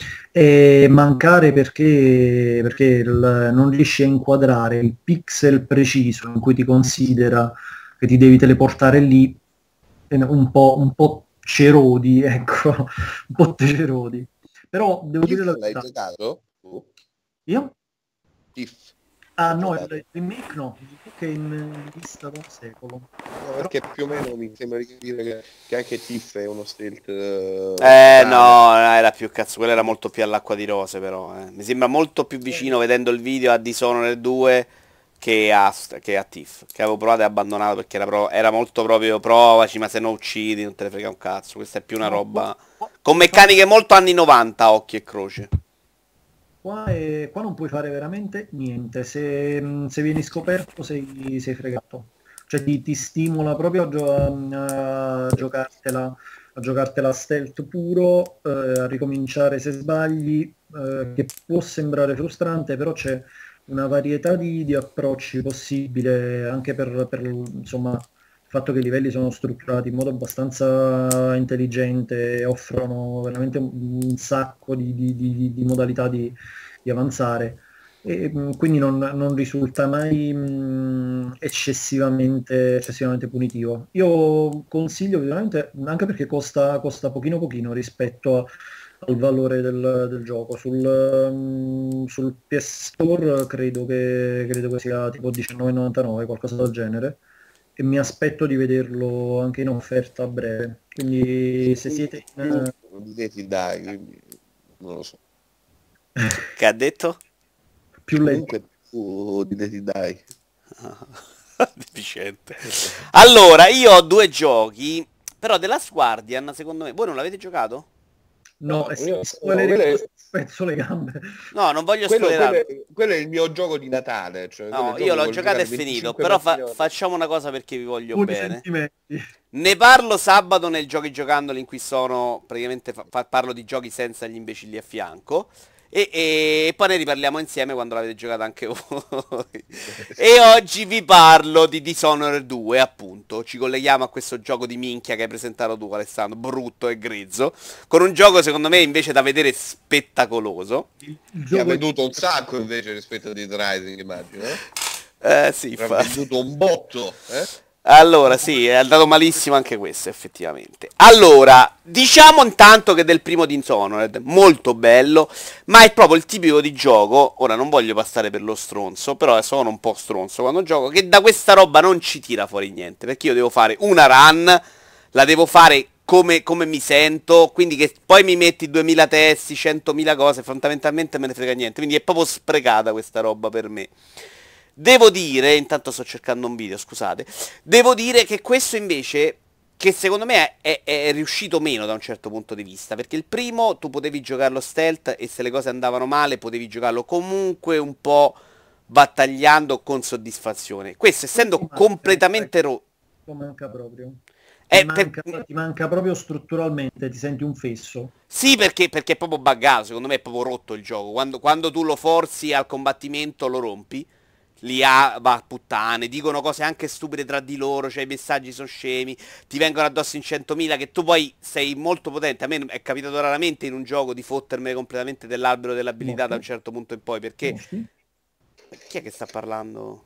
Speaker 2: e mancare perché, perché il- non riesci a inquadrare il pixel preciso in cui ti considera che ti devi teleportare lì, e un po', un po' cerodi, ecco, un po' te cerodi. Però devo dire
Speaker 3: Tiff
Speaker 2: la
Speaker 3: l'hai
Speaker 2: verità,
Speaker 3: giocato? Tu?
Speaker 2: io?
Speaker 3: Tiff
Speaker 2: Ah
Speaker 3: l'hai
Speaker 2: no, il
Speaker 3: giocato?
Speaker 2: il remake no, il remake è in, in lista da un secolo.
Speaker 3: No,
Speaker 2: Però
Speaker 3: perché più o meno mi sembra di capire che, che anche Tiff è uno stealth eh,
Speaker 1: Eh
Speaker 3: strano.
Speaker 1: no, era più cazzo, quella era molto più all'acqua di rose però, eh. Mi sembra molto più vicino vedendo il video a Dishonored due che a, che a Tiff, che avevo provato e abbandonato perché era, pro- era molto proprio provaci, ma se no uccidi non te ne frega un cazzo. Questa è più una
Speaker 2: No,
Speaker 1: roba
Speaker 2: qua,
Speaker 1: con meccaniche molto anni novanta, occhio e croce.
Speaker 2: qua, è- qua non puoi fare veramente niente. Se, se vieni scoperto sei, sei fregato. Cioè ti, ti stimola proprio a, gio- a giocartela, a giocartela stealth puro, eh, a ricominciare se sbagli, eh, che può sembrare frustrante, però c'è una varietà di, di approcci possibile anche per, per, insomma, il fatto che i livelli sono strutturati in modo abbastanza intelligente, offrono veramente un, un sacco di, di- di- di modalità di, di avanzare. E, mh, quindi non, non risulta mai mh, eccessivamente, eccessivamente punitivo. Io consiglio veramente, anche perché costa, costa pochino pochino rispetto a- al valore del, del gioco. Sul, mh, sul P S Store credo che, credo che sia tipo diciannove e novantanove, qualcosa del genere, e mi aspetto di vederlo anche in offerta a breve. Quindi se siete in,
Speaker 3: Più di dai, quindi non lo so.
Speaker 1: Che ha detto?
Speaker 2: più leggero.
Speaker 3: Comunque tu di dai.
Speaker 1: Deficiente. Allora, io ho due giochi, però The Last Guardian, secondo me... Voi non l'avete giocato?
Speaker 2: No,
Speaker 3: No,
Speaker 2: e se
Speaker 3: io,
Speaker 2: mi
Speaker 3: no, quello,
Speaker 2: spoileri
Speaker 3: è,
Speaker 2: spezzo le gambe.
Speaker 1: No, non voglio
Speaker 3: quello, quello
Speaker 1: spoilerarlo.
Speaker 3: è- quello è il mio gioco di Natale, cioè quello è
Speaker 1: No,
Speaker 3: il
Speaker 1: io
Speaker 3: gioco che
Speaker 1: l'ho
Speaker 3: voglio
Speaker 1: giocato
Speaker 3: giocare
Speaker 1: e finito,
Speaker 3: venticinque
Speaker 1: però fa-
Speaker 3: mattine al
Speaker 1: facciamo una cosa perché vi voglio
Speaker 2: Puri
Speaker 1: bene.
Speaker 2: sentimenti.
Speaker 1: Ne parlo sabato nel Giochi Giocandoli in cui sono, praticamente fa- fa- parlo di giochi senza gli imbecilli a fianco. E, e poi ne riparliamo insieme quando l'avete giocato anche voi. E oggi vi parlo di Dishonored due, appunto. Ci colleghiamo a questo gioco di minchia che hai presentato tu, Alessandro, brutto e grezzo. Con un gioco, secondo me, invece da vedere spettacoloso.
Speaker 2: Il, il
Speaker 3: Ti ha
Speaker 2: gioco è...
Speaker 3: venduto un sacco invece rispetto a Dead Rising, immagino. Eh?
Speaker 1: Eh sì,
Speaker 3: Ti ha
Speaker 1: infatti.
Speaker 3: venduto un botto. Eh?
Speaker 1: Allora, sì, è andato malissimo anche questo, effettivamente. Allora, diciamo intanto che del primo Dishonored, molto bello, ma è proprio il tipico di gioco, ora non voglio passare per lo stronzo, però sono un po' stronzo quando gioco, che da questa roba non ci tira fuori niente, perché io devo fare una run, la devo fare come, come mi sento, quindi che poi mi metti duemila testi, centomila cose, fondamentalmente me ne frega niente, quindi è proprio sprecata questa roba per me. Devo dire, intanto sto cercando un video, scusate. Devo dire che questo invece, che secondo me è, è- è riuscito meno da un certo punto di vista, perché il primo tu potevi giocarlo stealth e se le cose andavano male potevi giocarlo comunque un po' battagliando con soddisfazione. Questo
Speaker 2: Questo
Speaker 1: essendo
Speaker 2: manca,
Speaker 1: completamente ro...
Speaker 2: questo manca proprio. Ti
Speaker 1: È per...
Speaker 2: manca, ti manca proprio strutturalmente, ti senti un fesso.
Speaker 1: Sì, perché, perché è proprio buggato, secondo me è proprio rotto il gioco. Quando, quando tu lo forzi al combattimento lo rompi. Li ha, va a puttane, dicono cose anche stupide tra di loro, cioè i messaggi sono scemi, ti vengono addosso in centomila che tu poi sei molto potente. A me è capitato raramente in un gioco di fottermi completamente dell'albero dell'abilità da un
Speaker 2: Morto?
Speaker 1: certo punto in poi, perché...
Speaker 2: Morti?
Speaker 1: Chi è che sta parlando?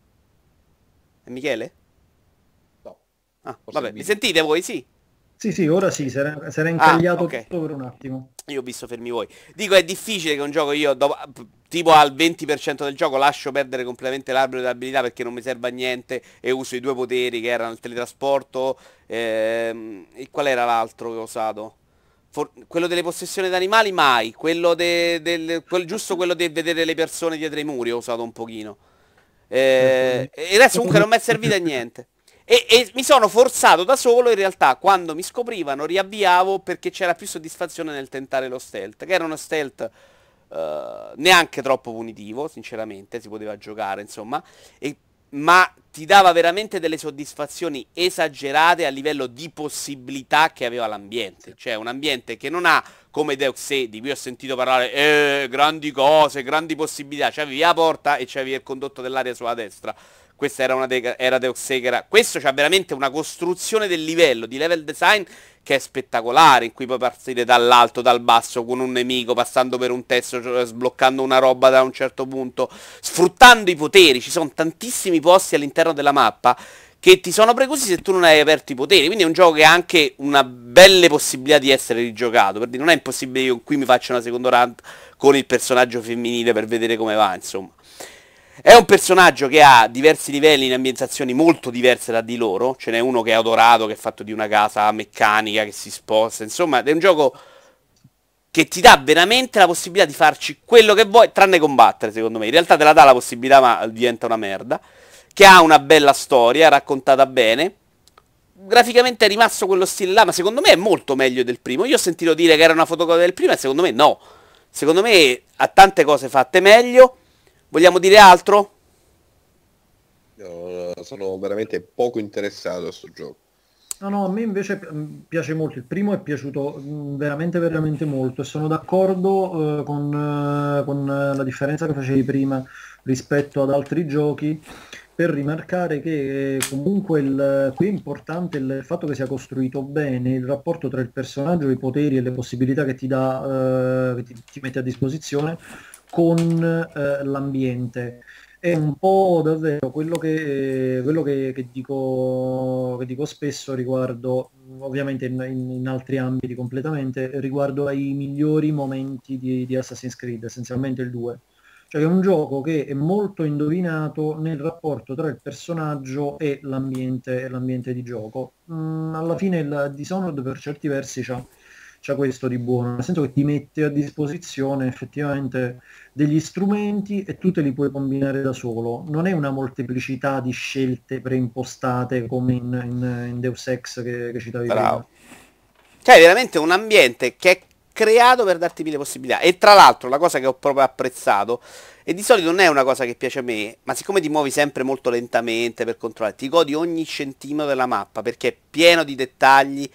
Speaker 1: È Michele?
Speaker 3: No,
Speaker 1: Ah,
Speaker 3: forse il
Speaker 1: vabbè, mi
Speaker 3: video.
Speaker 1: sentite voi? Sì?
Speaker 2: Sì, sì, ora sì, si era, si era
Speaker 1: Ah,
Speaker 2: incagliato
Speaker 1: ok.
Speaker 2: tutto per un attimo.
Speaker 1: Io ho visto fermi voi. Dico, è difficile che un gioco io, dopo, tipo al venti per cento del gioco, lascio perdere completamente l'albero delle abilità perché non mi serve a niente e uso i due poteri che erano il teletrasporto. Ehm, e qual era l'altro che ho usato? For- quello delle possessioni d'animali mai. Quello de- del, quel- giusto quello di vedere le persone dietro i muri ho usato un pochino.
Speaker 2: Eh, quello
Speaker 1: Eh,
Speaker 2: di-
Speaker 1: e adesso
Speaker 2: quello
Speaker 1: comunque
Speaker 2: di-
Speaker 1: non mi è servito a niente. E, e mi sono forzato da solo, in realtà, quando mi scoprivano, riavviavo perché c'era più soddisfazione nel tentare lo stealth, che era uno stealth eh, neanche troppo punitivo, sinceramente, si poteva giocare, insomma, e- ma ti dava veramente delle soddisfazioni esagerate a livello di possibilità che aveva l'ambiente. Cioè, un ambiente che non ha, come Deus Ex, di cui ho sentito parlare, eh, grandi cose, grandi possibilità. C'avevi la porta e c'avevi il condotto dell'aria sulla destra. Questa era una de- era Deus Ex, era... Questo c'ha veramente una costruzione del livello, di level design che è spettacolare, in cui puoi partire dall'alto, dal basso, con un nemico, passando per un testo, cioè, sbloccando una roba da un certo punto, sfruttando i poteri. Ci sono tantissimi posti all'interno della mappa che ti sono preclusi se tu non hai aperto i poteri. Quindi è un gioco che ha anche una belle possibilità di essere rigiocato. Per dire, non è impossibile che io qui mi faccia una seconda run con il personaggio femminile per vedere come va, insomma. È un personaggio che ha diversi livelli in ambientazioni molto diverse tra di loro. Ce n'è uno che è adorato, che è fatto di una casa meccanica che si sposta. Insomma, è un gioco che ti dà veramente la possibilità di farci quello che vuoi, tranne combattere, secondo me. In realtà te la dà la possibilità, ma diventa una merda. Che ha una bella storia, raccontata bene. Graficamente è rimasto quello stile là, ma secondo me è molto meglio del primo. Io ho sentito dire che era una fotocopia del primo e secondo me no. Secondo me ha tante cose fatte meglio. Vogliamo dire altro?
Speaker 3: Io sono veramente poco interessato a questo gioco.
Speaker 2: No, no, a me invece mm, piace molto. Il primo è piaciuto mm, veramente, veramente molto e sono d'accordo eh, con, eh, con eh, la differenza che facevi prima rispetto ad altri giochi per rimarcare che eh, comunque il, qui è importante il fatto che sia costruito bene il rapporto tra il personaggio, i poteri e le possibilità che ti dà, eh, che ti, ti mette a disposizione con eh, l'ambiente. È un po' davvero quello che, quello che, che dico, che dico spesso riguardo, ovviamente in, in- in altri ambiti completamente, riguardo ai migliori momenti di, di Assassin's Creed, essenzialmente il due. Cioè che è un gioco che è molto indovinato nel rapporto tra il personaggio e l'ambiente, e l'ambiente di gioco. Mm, alla fine il Dishonored per certi versi c'ha, c'ha questo di buono, nel senso che ti mette a disposizione effettivamente degli strumenti e tu te li puoi combinare da solo. Non è una molteplicità di scelte preimpostate come in, in- in Deus Ex che, che citavi prima.
Speaker 1: Bravo. Cioè, è veramente un ambiente che è creato per darti mille possibilità. E tra l'altro, la cosa che ho proprio apprezzato, e di solito non è una cosa che piace a me, ma siccome ti muovi sempre molto lentamente per controllare, ti godi ogni centimetro della mappa perché è pieno di dettagli.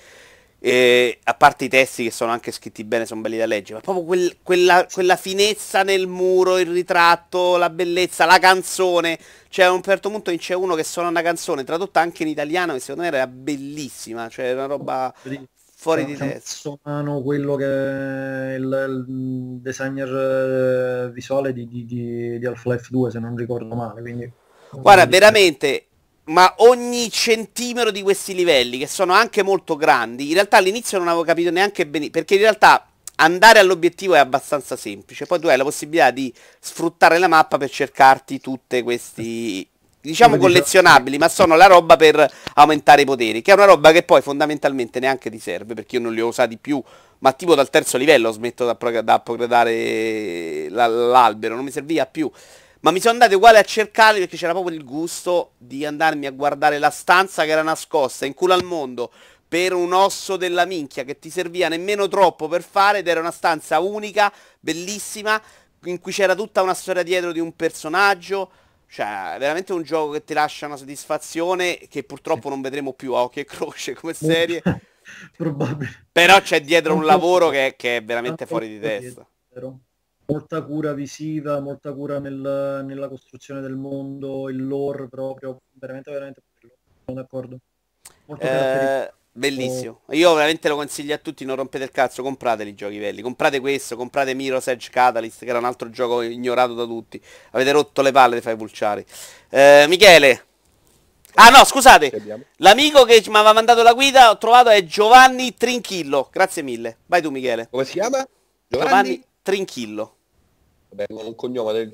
Speaker 1: E, a parte i testi che sono anche scritti bene, sono belli da leggere, ma proprio quel- quella, quella finezza nel muro, il ritratto, la bellezza, la canzone. Cioè, a un certo punto c'è uno che suona una canzone tradotta anche in italiano che secondo me era bellissima, cioè una roba
Speaker 2: Vedi,
Speaker 1: fuori
Speaker 2: c'ha,
Speaker 1: di
Speaker 2: c'ha
Speaker 1: testa.
Speaker 2: messo mano quello che è il, il designer eh, visuale di, di, di, di Half-Life due, se non ricordo male, quindi
Speaker 1: Guarda,
Speaker 2: vedi.
Speaker 1: veramente, ma ogni centimetro di questi livelli, che sono anche molto grandi, in realtà all'inizio non avevo capito neanche bene, perché in realtà andare all'obiettivo è abbastanza semplice, poi tu hai la possibilità di sfruttare la mappa per cercarti tutte questi, diciamo,
Speaker 2: Come diceva prima.
Speaker 1: collezionabili, ma sono la roba per aumentare i poteri, che è una roba che poi fondamentalmente neanche ti serve, perché io non li ho usati più, ma tipo dal terzo livello smetto da, prog- da upgradare la- l'albero, non mi serviva più. Ma mi sono andato uguale a cercarli perché c'era proprio il gusto di andarmi a guardare la stanza che era nascosta in culo al mondo per un osso della minchia che ti serviva nemmeno troppo per fare ed era una stanza unica, bellissima, in cui c'era tutta una storia dietro di un personaggio. Cioè, è veramente un gioco che ti lascia una soddisfazione che
Speaker 2: Sì,
Speaker 1: purtroppo non vedremo più a occhio e croce come
Speaker 2: molto
Speaker 1: serie.
Speaker 2: probabile.
Speaker 1: Però c'è dietro un
Speaker 2: Tanto
Speaker 1: lavoro
Speaker 2: lavoro,
Speaker 1: che, che è veramente
Speaker 2: tanto
Speaker 1: fuori di
Speaker 2: lavoro dietro,
Speaker 1: testa.
Speaker 2: vero? Molta cura visiva, molta cura nel- nella costruzione del mondo, il lore proprio, veramente, veramente bello. Sono d'accordo. Molto
Speaker 1: Eh,
Speaker 2: caratterizzato.
Speaker 1: bellissimo. Io veramente lo consiglio a tutti, non rompete il cazzo, comprateli i giochi belli. Comprate questo, comprate Mirror's Edge Catalyst, che era un altro gioco ignorato da tutti. Avete rotto le palle di fare pulciari. Eh, Michele. Ah no, scusate.
Speaker 3: Che abbiamo?
Speaker 1: L'amico che mi aveva mandato la guida, ho trovato, è Giovanni Trinchillo. Grazie mille. Vai tu, Michele.
Speaker 3: Come si chiama?
Speaker 1: Giovanni
Speaker 3: Giovanni?
Speaker 1: Trinchillo.
Speaker 3: Vabbè, con un cognome del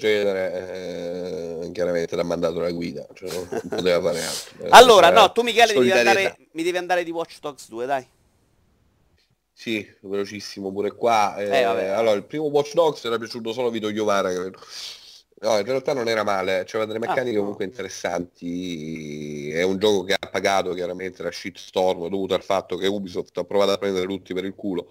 Speaker 3: genere, eh, chiaramente l'ha mandato la guida, cioè non, non poteva fare altro. Eh,
Speaker 1: Allora, no,
Speaker 3: sarà
Speaker 1: tu Michele devi andare,
Speaker 3: solidarietà.
Speaker 1: mi devi andare di Watch Dogs due, dai.
Speaker 3: Sì, velocissimo pure qua.
Speaker 1: Eh,
Speaker 3: Eh,
Speaker 1: vabbè.
Speaker 3: allora, il primo Watch Dogs era piaciuto solo a Vito Iovara, credo. No, in realtà non era male, c'era delle
Speaker 1: Ah,
Speaker 3: meccaniche
Speaker 1: no.
Speaker 3: comunque interessanti. È un gioco che ha pagato chiaramente la shitstorm dovuto al fatto che Ubisoft ha provato a prendere tutti per il culo,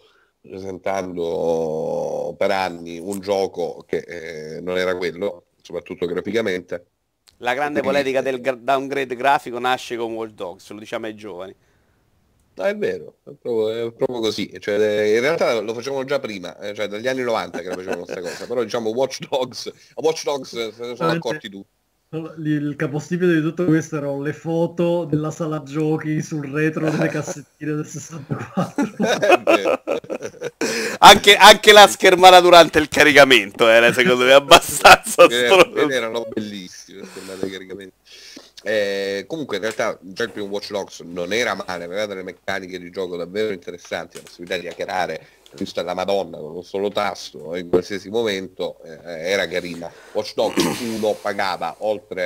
Speaker 3: presentando per anni un gioco che eh, non era quello, soprattutto graficamente.
Speaker 1: La
Speaker 3: E
Speaker 1: grande
Speaker 3: quindi
Speaker 1: polemica del
Speaker 3: eh,
Speaker 1: gra- downgrade grafico nasce con Watch Dogs, lo diciamo ai giovani.
Speaker 3: no, è vero, è proprio, è proprio così. Cioè, eh, in realtà lo facevano già prima, eh, cioè dagli anni novanta che la facevano questa cosa, però diciamo Watch Dogs, a Watch Dogs eh, se ne sono
Speaker 2: Veramente,
Speaker 3: accorti tutti.
Speaker 2: il capostipite di tutto questo erano le foto della sala giochi sul retro delle cassettine del sessantaquattro.
Speaker 3: È vero.
Speaker 1: Anche, anche la schermata durante il caricamento era secondo me abbastanza
Speaker 3: Quelle quelle
Speaker 1: stronza.
Speaker 3: erano bellissime, schermate di caricamento. Eh, comunque in realtà già il primo Watch Dogs non era male, aveva delle meccaniche di gioco davvero interessanti, la possibilità di hackerare vista la Madonna con un solo tasto in qualsiasi momento, eh, era carina. Watch Dogs uno pagava oltre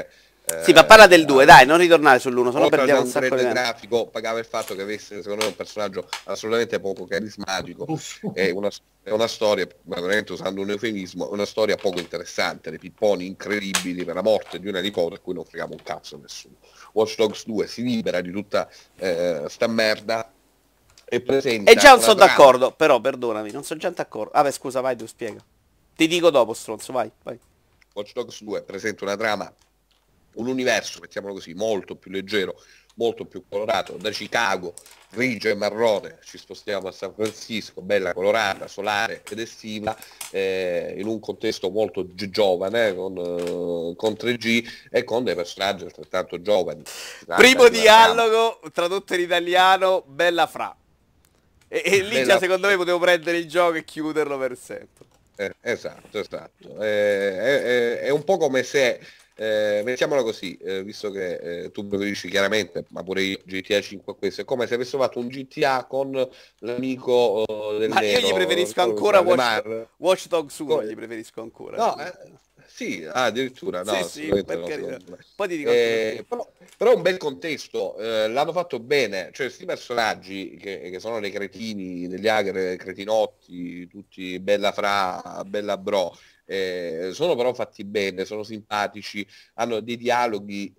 Speaker 1: Sì, ma parla del due, dai, non ritornare sull'uno, sennò
Speaker 3: oltre
Speaker 1: perdiamo
Speaker 3: ad
Speaker 1: un
Speaker 3: un
Speaker 1: sacco di
Speaker 3: trend
Speaker 1: tempo.
Speaker 3: grafico, pagava il fatto che avesse secondo me un personaggio assolutamente poco carismatico e una, è una storia, veramente usando un eufemismo, una storia poco interessante, dei pipponi incredibili per la morte di una nipote a cui non fregava un cazzo a nessuno. Watch Dogs due si libera di tutta eh, sta merda e presenta
Speaker 1: E già non
Speaker 3: una
Speaker 1: sono
Speaker 3: trama.
Speaker 1: d'accordo, però perdonami, non sono già d'accordo. Vabbè, scusa, vai, tu spiega. Ti dico dopo, stronzo, vai, vai.
Speaker 3: Watch Dogs due presenta una trama, un universo, mettiamolo così, molto più leggero, molto più colorato, da Chicago, grigio e marrone, ci spostiamo a San Francisco, bella colorata, solare ed estiva, eh, in un contesto molto gi- giovane, con, eh, con tre G e con dei personaggi altrettanto giovani. Si tratta
Speaker 1: Primo
Speaker 3: di una trama
Speaker 1: dialogo, tradotto in italiano, bella fra. E, e lì già
Speaker 3: bella.
Speaker 1: secondo me potevo prendere il gioco e chiuderlo per sempre.
Speaker 3: Eh, esatto, esatto. Eh, è, è- è un po' come se, eh, mettiamola così, eh, visto che eh, tu preferisci chiaramente, ma pure io G T A cinque a questo, è come se avessimo fatto un G T A con l'amico eh, del
Speaker 1: Ma io gli
Speaker 3: nero,
Speaker 1: preferisco
Speaker 3: ricordo
Speaker 1: ancora
Speaker 3: come
Speaker 1: Watch,
Speaker 3: Mar.
Speaker 1: Watch Dogs uno,
Speaker 3: Co-
Speaker 1: gli preferisco ancora.
Speaker 3: No, eh, sì, ah, addirittura, no,
Speaker 1: Sì, sì,
Speaker 3: assolutamente
Speaker 1: per
Speaker 3: no,
Speaker 1: carità.
Speaker 3: secondo me.
Speaker 1: Poi ti dico anche perché.
Speaker 3: Eh, però, però un bel contesto, eh, l'hanno fatto bene, cioè questi personaggi che, che sono dei cretini, degli agri, cretinotti, tutti bella fra, bella bro, eh, sono però fatti bene, sono simpatici, hanno dei dialoghi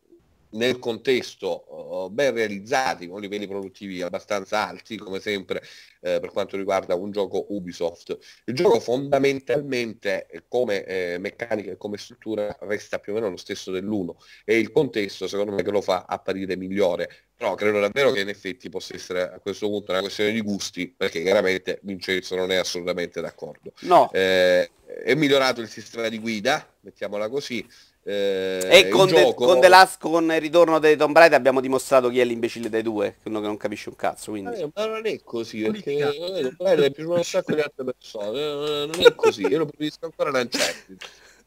Speaker 3: nel contesto eh, ben realizzati, con livelli produttivi abbastanza alti, come sempre eh, per quanto riguarda un gioco Ubisoft. Il gioco fondamentalmente eh, come eh, meccanica e come struttura resta più o meno lo stesso dell'uno e il contesto secondo me che lo fa apparire migliore, però credo davvero che in effetti possa essere a questo punto una questione di gusti, perché chiaramente Vincenzo non è assolutamente d'accordo.
Speaker 1: No.
Speaker 3: Eh, è migliorato il sistema di guida, mettiamola così.
Speaker 1: E
Speaker 3: Eh, il
Speaker 1: con, The-
Speaker 3: gioco
Speaker 1: con The Last, con il ritorno dei Tomb Raider abbiamo dimostrato chi è l'imbecille dei due, uno che non capisce un cazzo, quindi.
Speaker 3: Eh, ma non è così, perché
Speaker 2: Politica.
Speaker 3: eh, Tomb è piaciuto un sacco di altre persone, eh, non è così, io lo preferisco ancora l'Uncharted.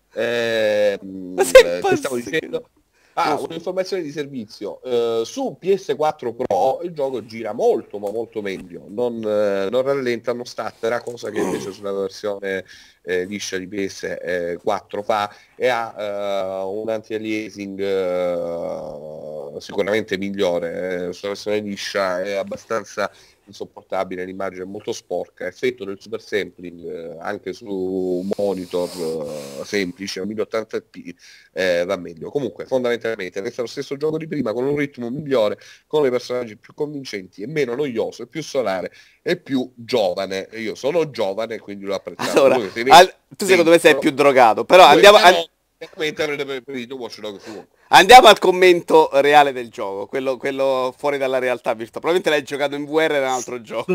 Speaker 3: Eh,
Speaker 1: Ma
Speaker 3: mh,
Speaker 1: sei
Speaker 3: eh, che stavo
Speaker 1: impazzito?
Speaker 3: dicendo? Ah,
Speaker 1: No, su-
Speaker 3: un'informazione di servizio. Eh, su P S quattro Pro il gioco gira molto, ma molto meglio. Non, eh, non rallenta, non stattera, cosa che invece sulla versione eh, liscia di P S quattro fa, e ha eh, un anti-aliasing eh, sicuramente migliore. Eh, sulla versione liscia è abbastanza insopportabile, l'immagine è molto sporca, effetto del super sampling eh, anche su monitor eh, semplice a mille ottanta p eh, va meglio. Comunque fondamentalmente resta lo stesso gioco di prima con un ritmo migliore, con dei personaggi più convincenti e meno noioso e più solare e più giovane. E io sono giovane quindi l'ho apprezzato.
Speaker 1: Allora,
Speaker 3: Voi siete
Speaker 1: al- tu secondo me sei
Speaker 3: dentro,
Speaker 1: più drogato, però
Speaker 3: voi
Speaker 1: andiamo,
Speaker 3: se
Speaker 1: an-
Speaker 3: no, chiaramente avrete preferito Watch Dogs uno.
Speaker 1: andiamo al commento reale del gioco, quello, quello fuori dalla realtà virtuale. Probabilmente l'hai giocato in V R, era un altro gioco.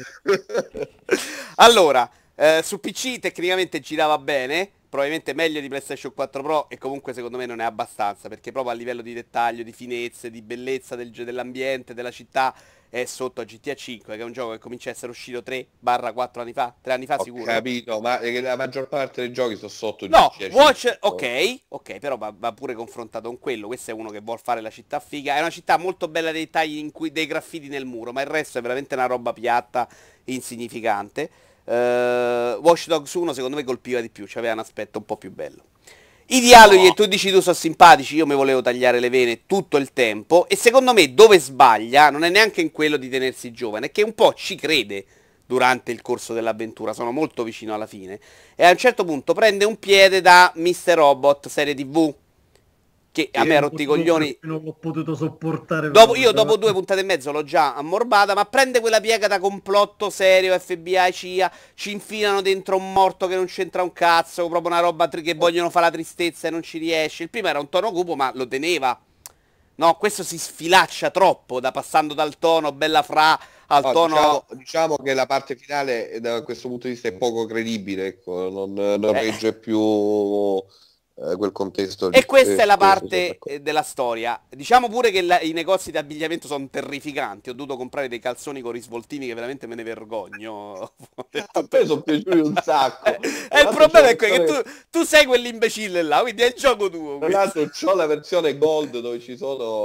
Speaker 1: Allora, eh, su P C tecnicamente girava bene, probabilmente meglio di PlayStation quattro Pro e comunque secondo me non è abbastanza, perché proprio a livello di dettaglio, di finezze, di bellezza del, gio- dell'ambiente, della città, è sotto a G T A cinque, che è un gioco che comincia a essere uscito tre quattro anni fa, tre anni fa
Speaker 3: Ho
Speaker 1: sicuro.
Speaker 3: capito, ma è che la maggior parte dei giochi sono sotto
Speaker 1: No,
Speaker 3: G T A
Speaker 1: Watch,
Speaker 3: cinque.
Speaker 1: ok, ok, però va, va pure confrontato con quello. Questo è uno che vuol fare la città figa. È una città molto bella dei tagli in cui, dei graffiti nel muro, ma il resto è veramente una roba piatta, insignificante. Uh, Watch Dogs uno secondo me colpiva di più, aveva un aspetto un po' più bello. I dialoghi
Speaker 3: No.
Speaker 1: che tu dici tu sono simpatici, io mi volevo tagliare le vene tutto il tempo e secondo me dove sbaglia non è neanche in quello di tenersi giovane, è che un po' ci crede durante il corso dell'avventura, sono molto vicino alla fine e a un certo punto prende un piede da mister Robot serie tivù che a me ha rotto i coglioni.
Speaker 2: Non l'ho potuto sopportare.
Speaker 1: Dopo, io dopo due puntate e mezzo l'ho già ammorbata, ma prende quella piega da complotto serio, F B I, C I A, ci infilano dentro un morto che non c'entra un cazzo, proprio una roba tri- che vogliono fare la tristezza e non ci riesce. Il primo era un tono cupo, ma lo teneva. No, questo si sfilaccia troppo, da passando dal tono bella fra al
Speaker 3: No,
Speaker 1: tono...
Speaker 3: diciamo, diciamo che la parte finale eh, da questo punto di vista è poco credibile, ecco, non, non
Speaker 1: Eh.
Speaker 3: regge più eh, quel contesto lì.
Speaker 1: E questa
Speaker 3: Sì,
Speaker 1: è la
Speaker 3: sì, sì, sono
Speaker 1: parte
Speaker 3: d'accordo.
Speaker 1: eh, della storia. Diciamo pure che la- i negozi di abbigliamento sono terrificanti. Ho dovuto comprare dei calzoni con risvoltini che veramente me ne vergogno. Ho detto,
Speaker 3: A me sono piaciuti un sacco.
Speaker 1: Eh,
Speaker 3: Tra
Speaker 1: E il
Speaker 3: l'altro
Speaker 1: problema
Speaker 3: c'è
Speaker 1: è que- che
Speaker 3: una
Speaker 1: tu,
Speaker 3: storia-
Speaker 1: Tu sei quell'imbecille là, quindi è il gioco tuo.
Speaker 3: Tra l'altro c'ho la versione gold dove ci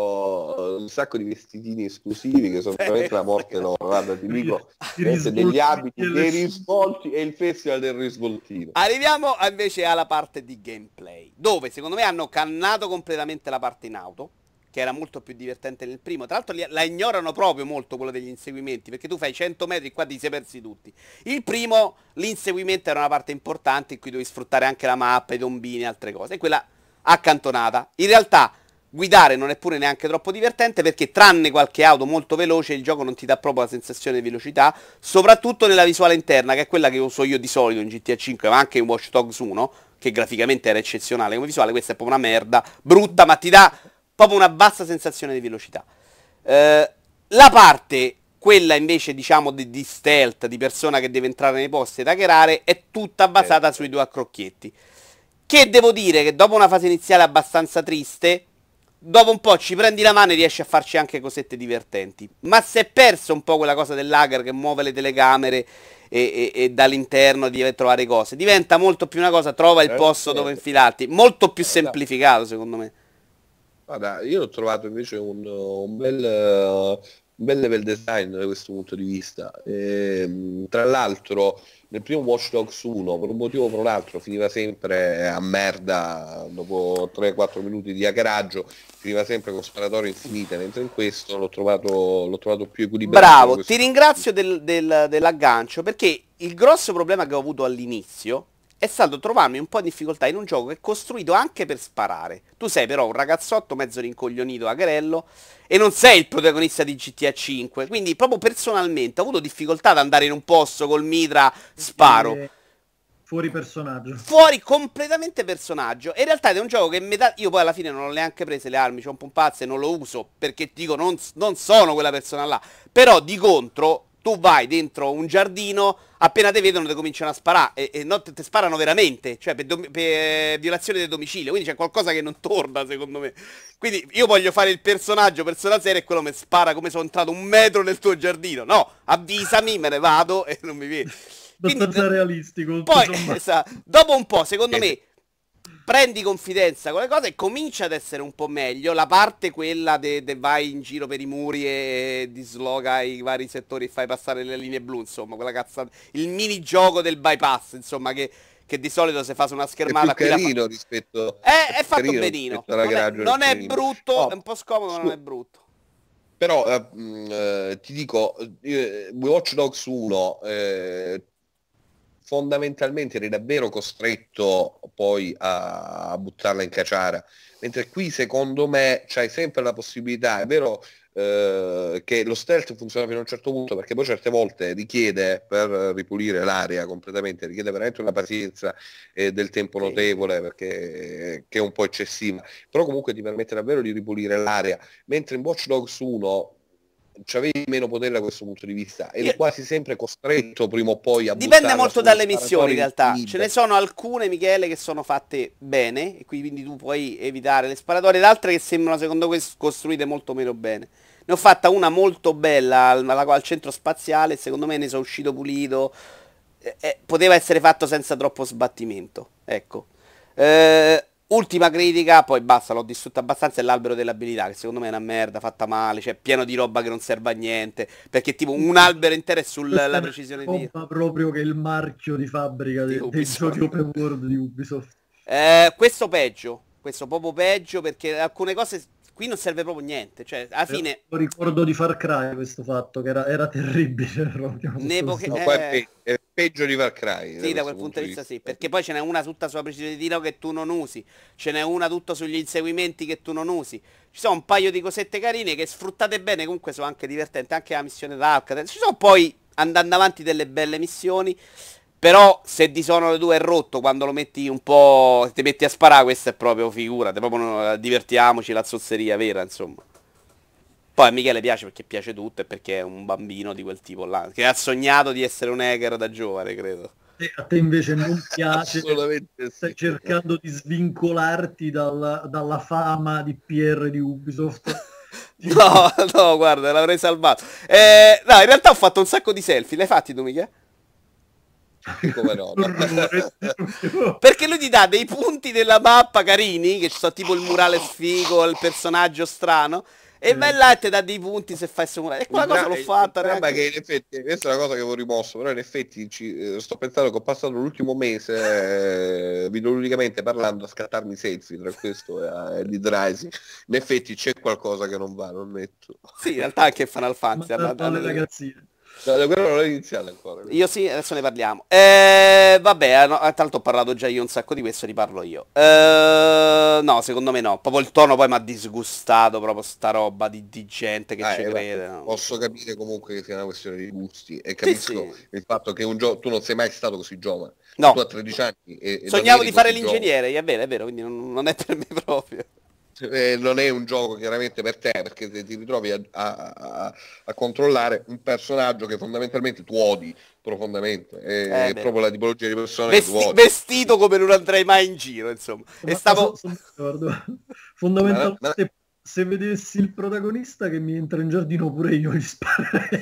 Speaker 3: sono un sacco di vestitini esclusivi che sono veramente la morte loro. Guarda, ti dico, degli abiti, dei risvolti e il festival del risvoltino.
Speaker 1: Arriviamo invece alla parte di gameplay, dove secondo me hanno cannato completamente la parte in auto, che era molto più divertente nel primo. Tra l'altro la ignorano proprio molto quello degli inseguimenti, perché tu fai cento metri qua ti sei persi tutti. Il primo, l'inseguimento era una parte importante in cui dovevi sfruttare anche la mappa, i tombini e altre cose, e quella accantonata. In realtà guidare non è pure neanche troppo divertente, perché tranne qualche auto molto veloce il gioco non ti dà proprio la sensazione di velocità, soprattutto nella visuale interna, che è quella che uso io di solito in G T A cinque, ma anche in Watch Dogs uno, che graficamente era eccezionale come visuale. Questa è proprio una merda, brutta, ma ti dà proprio una bassa sensazione di velocità. Eh, la parte, quella invece diciamo di, di stealth, di persona che deve entrare nei posti ed hackerare, è tutta basata eh. sui due accrocchietti. Che devo dire che dopo una fase iniziale abbastanza triste, dopo un po' ci prendi la mano e riesci a farci anche cosette divertenti. Ma si è perso un po' quella cosa dell'hacker che muove le telecamere e, e, e dall'interno deve trovare cose. Diventa molto più una cosa, trova il posto dove infilarti. Molto più semplificato secondo me.
Speaker 3: Guarda, io ho trovato invece un, un, bel, uh, un bel level design da questo punto di vista. E, tra l'altro nel primo Watch Dogs uno, per un motivo o per un altro, finiva sempre a merda dopo tre quattro minuti di hackeraggio, finiva sempre con sparatorie infinite, mentre in questo l'ho trovato, l'ho trovato più equilibrato.
Speaker 1: Bravo, ti ringrazio del, del, dell'aggancio, perché il grosso problema che ho avuto all'inizio è stato trovarmi un po' di difficoltà in un gioco che è costruito anche per sparare. Tu sei però un ragazzotto mezzo rincoglionito, acherello, e non sei il protagonista di G T A cinque, quindi proprio personalmente ho avuto difficoltà ad andare in un posto col mitra, sparo.
Speaker 2: E... fuori personaggio.
Speaker 1: Fuori completamente personaggio. E in realtà è un gioco che metà... Io poi alla fine non ho neanche prese le armi, c'ho un po' un pazzo e non lo uso, perché dico non, non sono quella persona là. Però di contro... tu vai dentro un giardino, appena te vedono ti cominciano a sparare, e, e non te, te sparano veramente, cioè per, dom- per violazione del domicilio, quindi c'è qualcosa che non torna secondo me. Quindi io voglio fare il personaggio, persona seria, e quello mi spara come sono entrato un metro nel tuo giardino. No, avvisami, me ne vado e non mi vedi.
Speaker 2: Abbastanza realistico.
Speaker 1: Poi, esatto, dopo un po', secondo me, prendi confidenza con le cose e comincia ad essere un po' meglio. La parte quella de, de vai in giro per i muri e disloca i vari settori e fai passare le linee blu, insomma, quella cazzata. Il minigioco del bypass, insomma, che, che di solito si fa su una schermata.
Speaker 3: È più carino fa... rispetto...
Speaker 1: È, è fatto benino. Non è, non è brutto, oh, è un po' scomodo, ma non è brutto.
Speaker 3: Però, eh, eh, ti dico, eh, Watch Dogs uno... Eh, fondamentalmente eri davvero costretto poi a, a buttarla in caciara, mentre qui secondo me c'hai sempre la possibilità, è vero eh, che lo stealth funziona fino a un certo punto, perché poi certe volte richiede, per ripulire l'area completamente, richiede veramente una pazienza e del tempo notevole, perché che è un po' eccessiva, però comunque ti permette davvero di ripulire l'area, mentre in Watch Dogs uno c'avevi meno potere da questo punto di vista ed è quasi sempre costretto prima o poi a
Speaker 1: dipende molto dalle missioni in realtà infinite. Ce ne sono alcune, Michele, che sono fatte bene e quindi tu puoi evitare le sparatorie, ed altre che sembrano secondo me costruite molto meno bene. Ne ho fatta una molto bella al, al centro spaziale, secondo me ne sono uscito pulito, eh, eh, poteva essere fatto senza troppo sbattimento, ecco. eh, Ultima critica, poi basta, l'ho distrutta abbastanza, è l'albero dell'abilità, che secondo me è una merda, fatta male, cioè pieno di roba che non serve a niente, perché tipo un albero intero è sulla precisione di...
Speaker 2: proprio che è il marchio di fabbrica di de, dei giochi open world di Ubisoft.
Speaker 1: Eh, questo peggio, questo proprio peggio, perché alcune cose... qui non serve proprio niente, cioè alla fine...
Speaker 2: Io ricordo di Far Cry questo fatto, che era, era terribile proprio.
Speaker 1: Nepo che...
Speaker 3: no, è, è peggio di Far Cry.
Speaker 1: Sì, da quel punto di vista sì, perché poi ce n'è una tutta sulla precisione di tiro che tu non usi, ce n'è una tutta sugli inseguimenti che tu non usi, ci sono un paio di cosette carine che sfruttate bene, comunque sono anche divertenti, anche la missione d'Alcatraz, ci sono poi andando avanti delle belle missioni. Però se Dishonored due è rotto quando lo metti un po', ti metti a sparare, questa è proprio figurate, proprio no, divertiamoci, la zozzeria vera, insomma. Poi a Michele piace perché piace tutto e perché è un bambino di quel tipo là, che ha sognato di essere un hacker da giovane, credo.
Speaker 2: E a te invece non piace,
Speaker 3: assolutamente
Speaker 2: stai
Speaker 3: sì.
Speaker 2: cercando di svincolarti dalla, dalla fama di P R di Ubisoft.
Speaker 1: No, no, guarda, l'avrei salvato. Eh, no, in realtà ho fatto un sacco di selfie, l'hai fatti tu, Michele?
Speaker 3: Come no?
Speaker 2: Orrore.
Speaker 1: Perché lui ti dà dei punti della mappa carini, che ci sono tipo il murale sfigo, il personaggio strano, e vai là e ti dà dei punti se fai questo murale. E quella
Speaker 3: Il
Speaker 1: cosa
Speaker 3: dra-
Speaker 1: l'ho
Speaker 3: il
Speaker 1: fatta
Speaker 3: dramma è
Speaker 1: neanche...
Speaker 3: che in effetti, questa è una cosa che avevo rimosso, però in effetti ci, eh, sto pensando che ho passato l'ultimo mese eh, videoludicamente parlando a scattarmi i sensi tra questo e, e Dead Rising. In effetti c'è qualcosa che non va, non netto.
Speaker 1: Sì, in realtà anche Final Fantasy hanno-
Speaker 2: Mandato
Speaker 1: hanno
Speaker 2: alle
Speaker 1: delle-
Speaker 2: ragazzine.
Speaker 3: No, no, quello non l'ho iniziato ancora.
Speaker 1: Io sì, adesso ne parliamo. Eh, vabbè, no, eh, tanto ho parlato già io un sacco di questo, riparlo io. Eh, no, secondo me no. Proprio il tono poi mi ha disgustato, proprio sta roba di, di gente che
Speaker 3: Ah,
Speaker 1: ci
Speaker 3: eh,
Speaker 1: crede.
Speaker 3: ma
Speaker 1: no.
Speaker 3: posso capire comunque che sia una questione di gusti e
Speaker 1: Sì,
Speaker 3: capisco
Speaker 1: sì.
Speaker 3: il fatto che un gioco tu non sei mai stato così giovane.
Speaker 1: No,
Speaker 3: Tu a tredici anni e, e non
Speaker 1: sognavo
Speaker 3: eri
Speaker 1: di fare
Speaker 3: così giovane.
Speaker 1: l'ingegnere, è vero, è vero, quindi non, non è per me proprio.
Speaker 3: Eh, non è un gioco chiaramente per te perché te ti ritrovi a, a- a- a controllare un personaggio che fondamentalmente tu odi profondamente,
Speaker 1: Eh,
Speaker 3: è
Speaker 1: è vero.
Speaker 3: proprio la tipologia di persone che tu
Speaker 1: Vesti-
Speaker 3: odi.
Speaker 1: vestito come non andrei mai in giro, insomma. E
Speaker 2: Ma, ma so-
Speaker 1: stavo...
Speaker 2: sono d'accordo.
Speaker 3: Ma- ma-
Speaker 2: Fondamentalmente, se vedessi il protagonista che mi entra in giardino, pure io gli sparerei.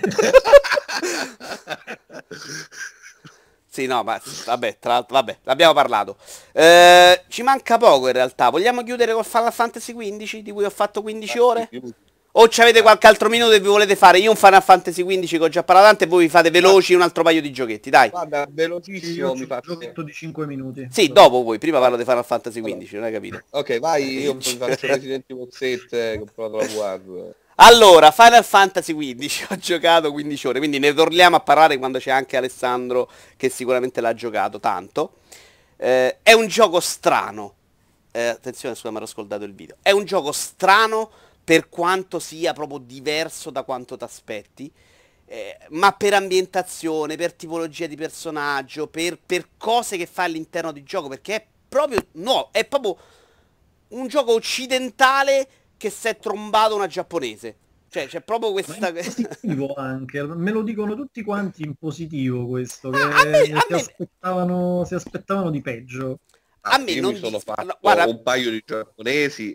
Speaker 1: Sì, no, ma vabbè, tra l'altro, vabbè, l'abbiamo parlato. Eh, ci manca poco in realtà. Vogliamo chiudere col Final Fantasy quindici, di cui ho fatto quindici ore? O ci avete qualche altro minuto che vi volete fare? Io un Final Fantasy quindici che ho già parlato tanto e voi vi fate veloci un altro paio di giochetti, dai.
Speaker 3: Guarda,
Speaker 2: Io
Speaker 3: velocissimo
Speaker 2: ho
Speaker 3: mi
Speaker 2: un
Speaker 3: faccio.
Speaker 2: giochetto di cinque minuti.
Speaker 1: Sì, dopo voi, prima parlo di Final Fantasy quindici, non hai capito?
Speaker 3: Ok, vai, io mi faccio Resident Evil sette, che ho provato la guardia.
Speaker 1: Allora, Final Fantasy quindici, ho giocato quindici ore, quindi ne torniamo a parlare quando c'è anche Alessandro che sicuramente l'ha giocato tanto. Eh, è un gioco strano. Eh, attenzione, scusa, mi ero ascoltato il video. È un gioco strano per quanto sia proprio diverso da quanto ti aspetti. Eh, ma per ambientazione, per tipologia di personaggio, per, per cose che fa all'interno di gioco, perché è proprio no, è proprio un gioco occidentale che si è trombato una giapponese. Cioè, c'è proprio
Speaker 2: Ma
Speaker 1: questa...
Speaker 2: in positivo anche, me lo dicono tutti quanti in positivo questo,
Speaker 1: Ah, a me,
Speaker 2: che
Speaker 1: a
Speaker 2: si
Speaker 1: me,
Speaker 2: aspettavano, si aspettavano di peggio.
Speaker 1: a
Speaker 3: Ah,
Speaker 1: me
Speaker 3: io
Speaker 1: non
Speaker 3: mi sono
Speaker 1: dis-
Speaker 3: fatto
Speaker 1: no, guarda,
Speaker 3: un paio di giapponesi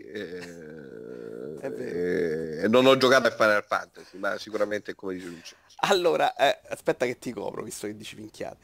Speaker 1: è vero.
Speaker 3: eh, e non ho giocato a Final Fantasy, ma sicuramente è come dice Lucio.
Speaker 1: Allora, eh, aspetta che ti copro, visto che dici minchiate.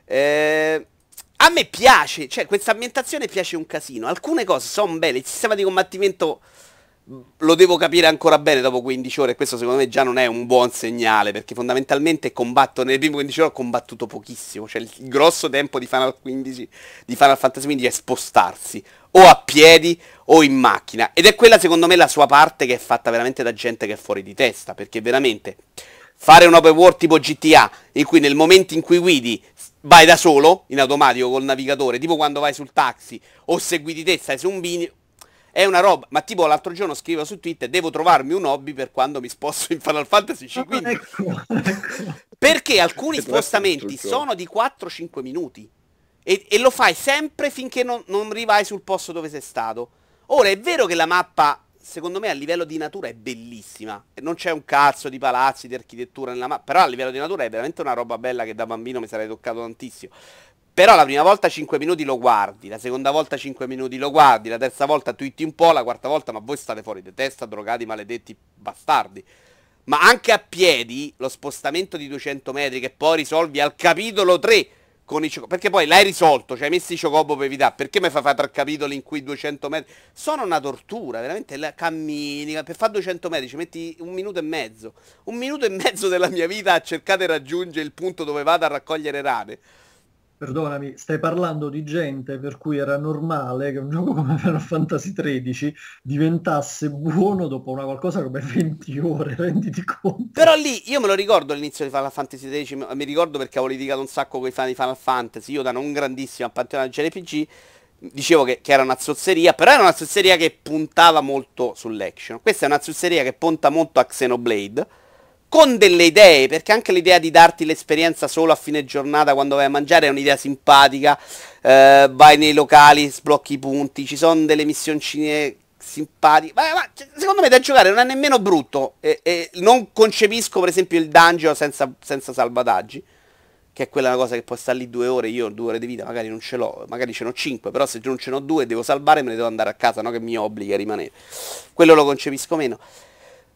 Speaker 1: Eh, a me piace, cioè questa ambientazione piace un casino. Alcune cose sono belle, il sistema di combattimento mh, lo devo capire ancora bene dopo quindici ore e questo secondo me già non è un buon segnale, perché fondamentalmente combatto, nelle prime quindici ore ho combattuto pochissimo, cioè il, il grosso tempo di Final quindici, di Final Fantasy quindici è spostarsi, o a piedi o in macchina. Ed è quella secondo me la sua parte che è fatta veramente da gente che è fuori di testa, perché veramente fare un open world tipo G T A in cui nel momento in cui guidi vai da solo in automatico col navigatore, tipo quando vai sul taxi o se guidi te stai su un bini, è una roba. Ma tipo l'altro giorno scrivo su Twitter, devo trovarmi un hobby per quando mi sposto in Final Fantasy
Speaker 2: Ah,
Speaker 1: quindici,
Speaker 2: ecco, ecco.
Speaker 1: perché alcuni
Speaker 3: Che tra l'altro
Speaker 1: spostamenti
Speaker 3: l'altro giorno.
Speaker 1: sono di quattro cinque minuti e, e lo fai sempre finché non, non rivai sul posto dove sei stato. Ora è vero che la mappa secondo me a livello di natura è bellissima, e non c'è un cazzo di palazzi, di architettura nella mappa, però a livello di natura è veramente una roba bella che da bambino mi sarei toccato tantissimo. Però la prima volta cinque minuti lo guardi, la seconda volta cinque minuti lo guardi, la terza volta twitti un po', la quarta volta ma voi state fuori di testa, drogati, maledetti bastardi. Ma anche a piedi, lo spostamento di duecento metri che poi risolvi al capitolo tre con i Chocobo, perché poi l'hai risolto, cioè hai messo i Chocobo per evitare, perché mi fai fare tre capitoli in cui duecento metri sono una tortura, veramente la- cammini, per fare duecento metri ci metti un minuto e mezzo, un minuto e mezzo della mia vita a cercare di raggiungere il punto dove vado a raccogliere rane.
Speaker 2: Perdonami, stai parlando di gente per cui era normale che un gioco come Final Fantasy tredici diventasse buono dopo una qualcosa come venti ore, renditi conto.
Speaker 1: Però lì io me lo ricordo all'inizio di Final Fantasy tredici, mi mi ricordo perché avevo litigato un sacco con i fan di Final Fantasy, io da non grandissimo appassionato di J R P G, dicevo che, che era una zozzeria, però era una zozzeria che puntava molto sull'action. Questa è una zozzeria che punta molto a Xenoblade, con delle idee, perché anche l'idea di darti l'esperienza solo a fine giornata quando vai a mangiare è un'idea simpatica, eh, vai nei locali, sblocchi i punti, ci sono delle missioncine simpatiche, ma, ma, cioè, secondo me da giocare non è nemmeno brutto, e, e non concepisco per esempio il dungeon senza, senza salvataggi, che è quella una cosa che può stare lì due ore, io due ore di vita magari non ce l'ho, magari ce n'ho cinque, però se non ce n'ho due devo salvare e me ne devo andare a casa, no che mi obbliga a rimanere, quello lo concepisco meno.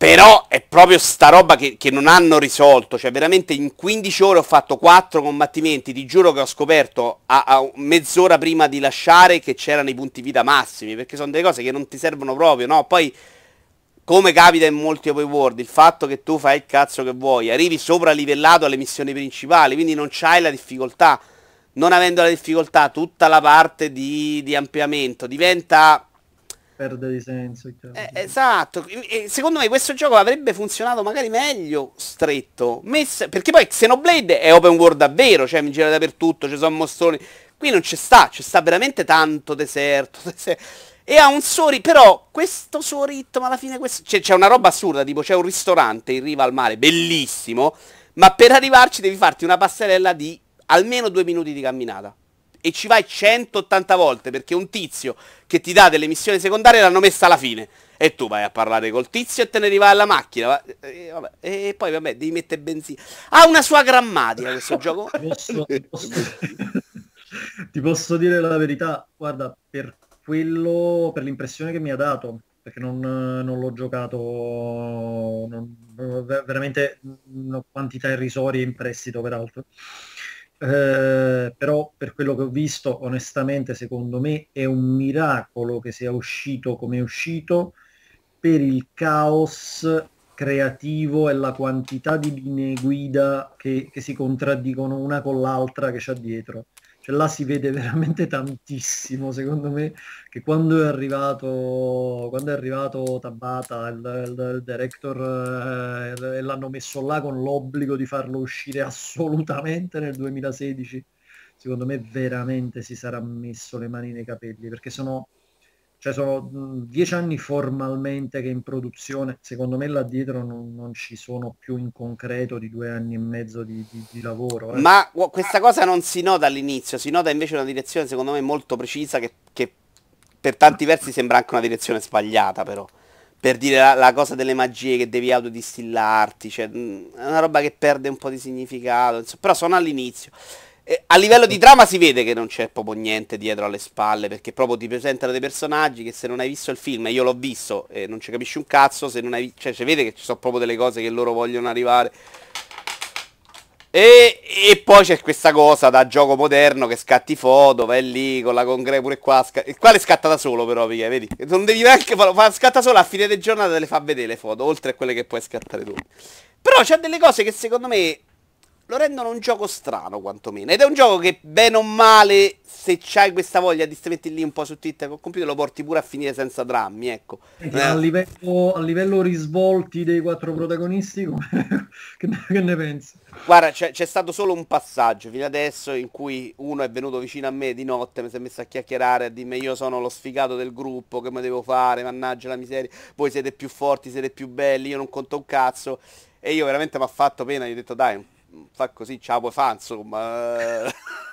Speaker 1: Però è proprio sta roba che, che non hanno risolto, cioè veramente in quindici ore ho fatto quattro combattimenti, ti giuro che ho scoperto a, a mezz'ora prima di lasciare che c'erano i punti vita massimi, perché sono delle cose che non ti servono proprio, no? Poi, come capita in molti open world, il fatto che tu fai il cazzo che vuoi, arrivi sopralivellato alle missioni principali, quindi non c'hai la difficoltà, non avendo la difficoltà tutta la parte di, di ampliamento diventa...
Speaker 2: Perde di senso.
Speaker 1: Eh, esatto, e secondo me questo gioco avrebbe funzionato magari meglio stretto, messa... perché poi Xenoblade è open world davvero, cioè mi gira dappertutto, ci sono mostroni, qui non ci sta, ci sta veramente tanto deserto, deserto. E ha un suo ritmo, però questo suo ritmo alla fine, questo... C'è, c'è una roba assurda, tipo c'è un ristorante in riva al mare, bellissimo, ma per arrivarci devi farti una passerella di almeno due minuti di camminata. E ci vai centottanta volte perché un tizio che ti dà delle missioni secondarie l'hanno messa alla fine. E tu vai a parlare col tizio e te ne rivai alla macchina. E, vabbè, e poi vabbè, devi mettere benzina. Ha una sua grammatica questo gioco.
Speaker 2: Posso, posso, ti posso dire la verità, guarda, per quello, per l'impressione che mi ha dato, perché non, non l'ho giocato non, veramente una quantità irrisoria in prestito peraltro. Eh, però per quello che ho visto, onestamente, secondo me è un miracolo che sia uscito come è uscito per il caos creativo e la quantità di linee guida che, che si contraddicono una con l'altra che c'è dietro. Cioè là si vede veramente tantissimo, secondo me, che quando è arrivato, quando è arrivato Tabata, il, il, il director, eh, e l'hanno messo là con l'obbligo di farlo uscire assolutamente nel duemilasedici, secondo me veramente si sarà messo le mani nei capelli, perché sono, cioè sono mh, dieci anni formalmente che in produzione, secondo me là dietro non, non ci sono più in concreto di due anni e mezzo di, di, di lavoro. Eh.
Speaker 1: Ma gu- questa cosa non si nota all'inizio, si nota invece una direzione secondo me molto precisa che, che per tanti versi sembra anche una direzione sbagliata però. Per dire la, la cosa delle magie che devi autodistillarti, cioè mh, è una roba che perde un po' di significato, insomma, però sono all'inizio. E a livello di trama si vede che non c'è proprio niente dietro alle spalle, perché proprio ti presentano dei personaggi che se non hai visto il film, e io l'ho visto e non ci capisci un cazzo, se non hai vi- cioè si vede che ci sono proprio delle cose che loro vogliono arrivare. E, e poi c'è questa cosa da gioco moderno che scatti foto, vai lì con la congre pure qua, sca- il quale scatta da solo però, perché, vedi? Non devi neanche farlo, fa, scatta solo a fine di giornata te le fa vedere le foto, oltre a quelle che puoi scattare tu. Però c'è delle cose che secondo me lo rendono un gioco strano quantomeno. Ed è un gioco che bene o male, se c'hai questa voglia di metti lì un po' su Twitter col computer, lo porti pure a finire senza drammi, ecco.
Speaker 2: Senti,
Speaker 1: Eh.
Speaker 2: a livello, a livello risvolti dei quattro protagonisti, come- che, ne, che ne pensi?
Speaker 1: Guarda, c'è, c'è stato solo un passaggio fino adesso in cui uno è venuto vicino a me di notte, mi si è messo a chiacchierare, a dirmi io sono lo sfigato del gruppo, che me devo fare, mannaggia la miseria, voi siete più forti, siete più belli, io non conto un cazzo. E io veramente mi ha fatto pena, gli ho detto dai, fa così, ciao puoi fa, insomma.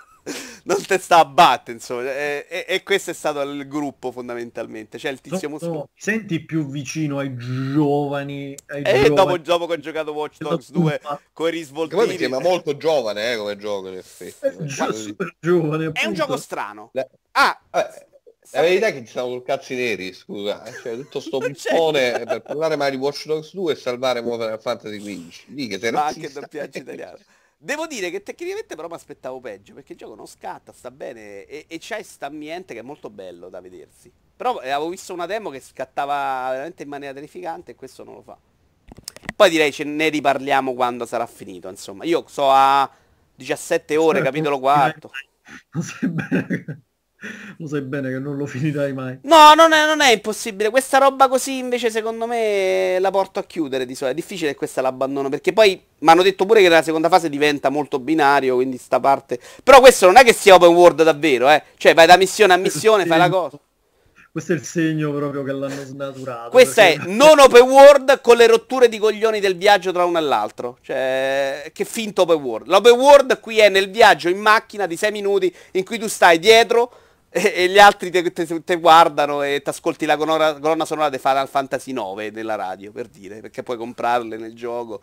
Speaker 1: Non te sta a battere, insomma. E, e- e questo è stato il gruppo fondamentalmente. C'è il
Speaker 2: No,
Speaker 1: tizio muscoloso.
Speaker 2: no, ti senti più vicino ai giovani, ai
Speaker 1: E dopo,
Speaker 2: giovani
Speaker 1: dopo che ho giocato Watch
Speaker 2: della
Speaker 1: Dogs due
Speaker 2: pupa.
Speaker 1: con i
Speaker 3: Che poi mi
Speaker 1: risvoltini.
Speaker 3: sembra molto giovane eh, come gioco in effetti.
Speaker 2: È
Speaker 3: Non
Speaker 2: già
Speaker 3: so-
Speaker 2: super giovane,
Speaker 1: È un gioco
Speaker 2: appunto.
Speaker 1: strano.
Speaker 3: La,
Speaker 1: Ah,
Speaker 3: vabbè, la
Speaker 1: sapete-
Speaker 3: verità è che ci stanno col cazzi neri, scusa. Cioè, tutto sto
Speaker 1: Non c'è
Speaker 3: pippone per parlare mai di Watch Dogs due e salvare Modern Fantasy quindici. Lì che sei
Speaker 1: ma anche il
Speaker 3: razzista.
Speaker 1: doppiaggio italiano. Devo dire che tecnicamente però mi aspettavo peggio, perché il gioco non scatta, sta bene e, e c'è questo ambiente che è molto bello da vedersi. Però eh, avevo visto una demo che scattava veramente in maniera terrificante e questo non lo fa. Poi direi ce ne riparliamo quando sarà finito, insomma. Io so a diciassette ore, capitolo quarto.
Speaker 2: Lo sai bene che, lo sai bene che non lo finirai mai.
Speaker 1: No, non è, non è impossibile. Questa roba così invece secondo me la porto a chiudere di solito. È difficile che questa l'abbandono perché poi mi hanno detto pure che nella seconda fase diventa molto binario, quindi sta parte... Però questo non è che sia open world davvero, eh. Cioè vai da missione a missione, fai la cosa.
Speaker 2: Questo è il segno proprio che l'hanno snaturato.
Speaker 1: Questa è
Speaker 2: perché-
Speaker 1: non open world con le rotture di coglioni del viaggio tra uno e l'altro. Cioè, che finto open world. L'open world qui è nel viaggio in macchina di sei minuti in cui tu stai dietro e, e gli altri te, te- te guardano e ti ascolti la colonna, colonna sonora di Final Fantasy nove nella radio, per dire, perché puoi comprarle nel gioco.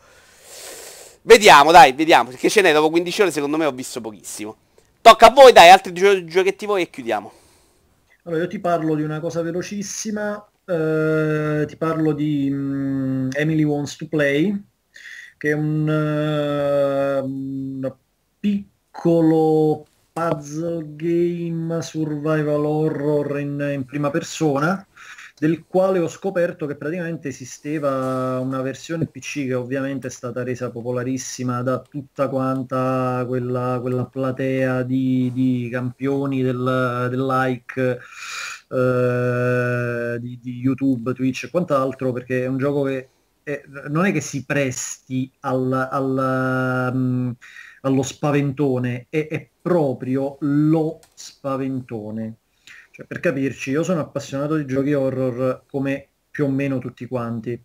Speaker 1: Vediamo, dai, vediamo, perché ce n'è dopo quindici ore, secondo me ho visto pochissimo. Tocca a voi, dai, altri gio- giochetti voi e chiudiamo.
Speaker 2: Allora, io ti parlo di una cosa velocissima Eh, ti parlo di mm, Emily Wants to Play, che è un, eh, un piccolo puzzle game survival horror in, in prima persona, del quale ho scoperto che praticamente esisteva una versione P C che ovviamente è stata resa popolarissima da tutta quanta quella, quella platea di, di campioni del, del like, eh, di, di YouTube, Twitch e quant'altro, perché è un gioco che è- non è che si presti al, al, mm, allo spaventone, è, è proprio lo spaventone. Cioè, per capirci, io sono appassionato di giochi horror come più o meno tutti quanti.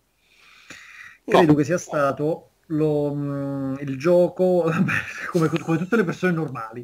Speaker 1: No.
Speaker 2: Credo che sia stato lo, mm, il gioco, come, come tutte le persone normali,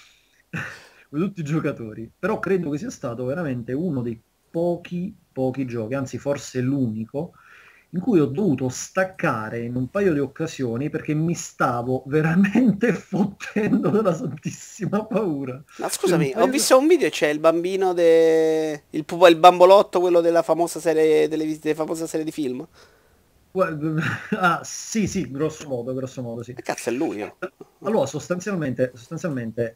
Speaker 2: come tutti i giocatori, però credo che sia stato veramente uno dei pochi, pochi giochi, anzi forse l'unico, in cui ho dovuto staccare in un paio di occasioni perché mi stavo veramente fottendo della santissima paura.
Speaker 1: Ma
Speaker 2: Per un
Speaker 1: scusami, ho
Speaker 2: paio di...
Speaker 1: visto un video e c'è il bambino de... il pupo, il bambolotto, quello della famosa serie, delle, delle famosa serie di film.
Speaker 2: Guarda, ah, sì, sì, grosso modo, grosso modo, sì.
Speaker 1: Che cazzo è lui, oh?
Speaker 2: Allora, sostanzialmente, sostanzialmente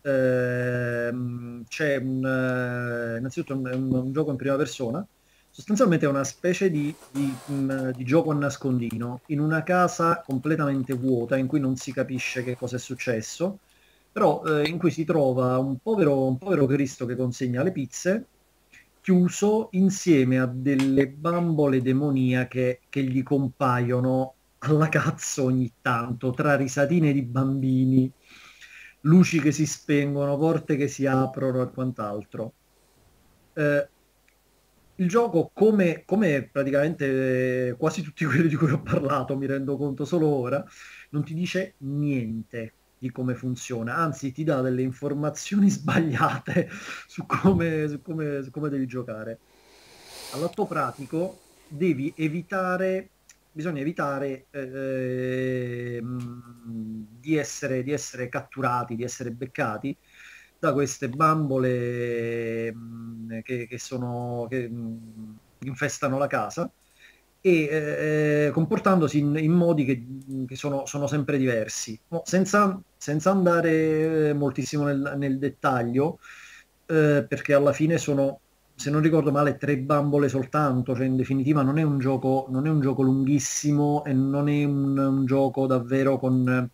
Speaker 2: ehm, c'è un, eh, innanzitutto un, un- un gioco in prima persona, sostanzialmente è una specie di, di, mh, di gioco a nascondino in una casa completamente vuota in cui non si capisce che cosa è successo, però eh, in cui si trova un povero, un povero Cristo che consegna le pizze, chiuso insieme a delle bambole demoniache che gli compaiono alla cazzo ogni tanto, tra risatine di bambini, luci che si spengono, porte che si aprono e quant'altro. Eh, il gioco, come, come praticamente eh, quasi tutti quelli di cui ho parlato, mi rendo conto solo ora, non ti dice niente di come funziona, anzi ti dà delle informazioni sbagliate su come, su come, su come devi giocare. All'atto pratico devi evitare, bisogna evitare eh, ehm, di essere, di essere catturati, di essere beccati da queste bambole mh, che, che sono, che mh, infestano la casa e eh, comportandosi in, in modi che, che sono, sono sempre diversi. Mo, senza, senza andare eh, moltissimo nel, nel dettaglio, eh, perché alla fine sono, se non ricordo male, tre bambole soltanto, cioè in definitiva non è un gioco, non è un gioco lunghissimo e non è un, un gioco davvero con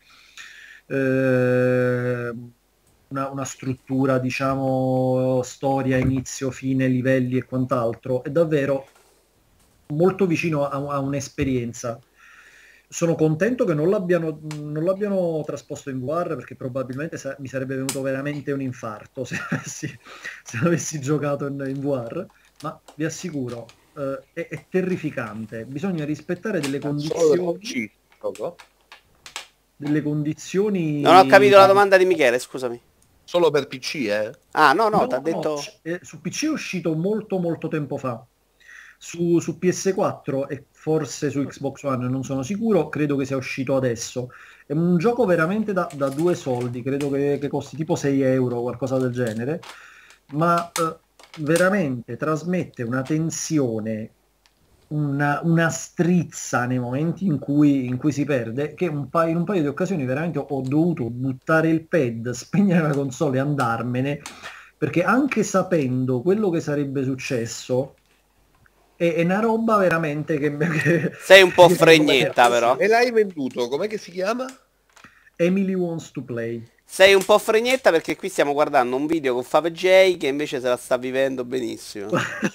Speaker 2: eh, una, una struttura, diciamo, storia, inizio, fine, livelli e quant'altro. È davvero molto vicino a, a un'esperienza. Sono contento che non l'abbiano, non l'abbiano trasposto in V R perché probabilmente sa- mi sarebbe venuto veramente un infarto se avessi, se avessi giocato in, in V R, ma vi assicuro, eh, è, è terrificante. Bisogna rispettare delle
Speaker 3: Ma solo per
Speaker 2: condizioni,
Speaker 3: P C, gioco?
Speaker 2: delle
Speaker 1: Non ho
Speaker 2: condizioni...
Speaker 1: capito la domanda di Michele, scusami.
Speaker 3: Solo per P C, eh?
Speaker 1: Ah, no, no, t'ha
Speaker 2: No, no,
Speaker 1: detto...
Speaker 2: c- eh, su P C è uscito molto molto tempo fa. Su, su P S quattro e forse su Xbox One, non sono sicuro, credo che sia uscito adesso. È un gioco veramente da, da due soldi, credo che, che costi tipo sei euro o qualcosa del genere, ma eh, veramente trasmette una tensione, una, una strizza nei momenti in cui, in cui si perde, che un paio, in un paio di occasioni veramente ho dovuto buttare il pad, spegnere la console e andarmene, perché anche sapendo quello che sarebbe successo, è, è una roba veramente che, che,
Speaker 1: Sei un po'
Speaker 2: che mi rimane
Speaker 1: fregnetta, però.
Speaker 2: impressa.
Speaker 3: E l'hai venduto, com'è che si chiama?
Speaker 2: Emily Wants to Play.
Speaker 1: Sei un po' fregnetta perché qui stiamo guardando un video con Fave J che invece se la sta vivendo benissimo.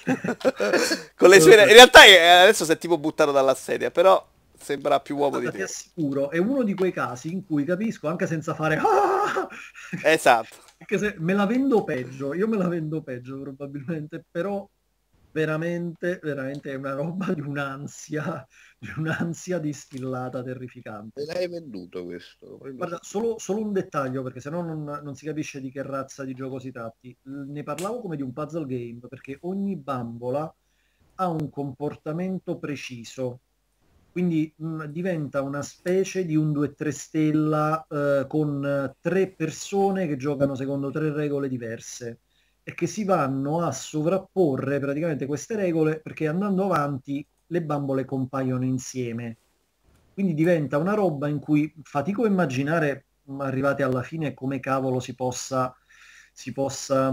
Speaker 1: Con le sue... In realtà è- adesso si è tipo buttato dalla sedia, però sembra più uomo di
Speaker 2: Guarda, ti
Speaker 1: te.
Speaker 2: assicuro, è uno di quei casi in cui capisco anche senza fare "Ah!",
Speaker 1: Esatto.
Speaker 2: anche se me la vendo peggio, io me la vendo peggio probabilmente, però veramente, veramente è una roba di un'ansia, di un'ansia distillata
Speaker 3: Me
Speaker 2: terrificante.
Speaker 3: l'hai venduto questo? Prendo
Speaker 2: Guarda,
Speaker 3: subito.
Speaker 2: solo, solo un dettaglio, perché sennò non, non si capisce di che razza di gioco si tratti. L- Ne parlavo come di un puzzle game, perché ogni bambola ha un comportamento preciso. Quindi mh, diventa una specie di un due tre stella eh, con eh, tre persone che giocano secondo tre regole diverse. è che si vanno a sovrapporre praticamente queste regole perché andando avanti le bambole compaiono insieme. Quindi diventa una roba in cui fatico a immaginare, mh, arrivati alla fine, come cavolo si possa, si possa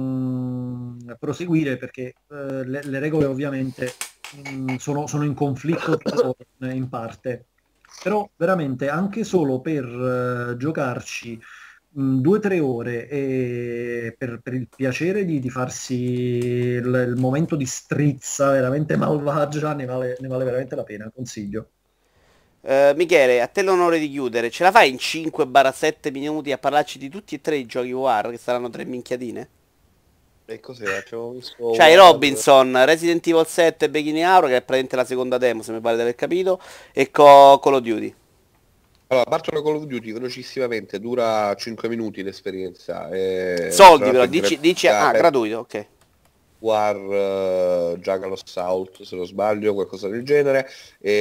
Speaker 2: mh, proseguire, perché eh, le, le regole ovviamente mh, sono, sono in conflitto tra loro eh, in parte. Però veramente anche solo per eh, giocarci mh, due o tre ore e per, per il piacere di, di farsi il, il momento di strizza veramente malvagia, ne vale, ne vale veramente la pena, consiglio.
Speaker 1: Eh, Michele, a te l'onore di chiudere. Ce la fai in cinque sette minuti a parlarci di tutti e tre i giochi War, che saranno tre minchiatine?
Speaker 3: E cos'era? Abbiamo visto
Speaker 1: C'hai
Speaker 3: War...
Speaker 1: Robinson, Resident Evil sette, Begin Hour, che è praticamente la seconda demo, se mi pare di aver capito, e co- Call of Duty.
Speaker 3: Allora, partono Call of Duty velocissimamente, dura cinque minuti l'esperienza. E, tra
Speaker 1: Soldi però,
Speaker 3: l'altro è
Speaker 1: dici, dici,
Speaker 3: gratuita
Speaker 1: ah,
Speaker 3: per
Speaker 1: gratuito, ok.
Speaker 3: War uh, Jackal Assault, se non sbaglio, qualcosa del genere.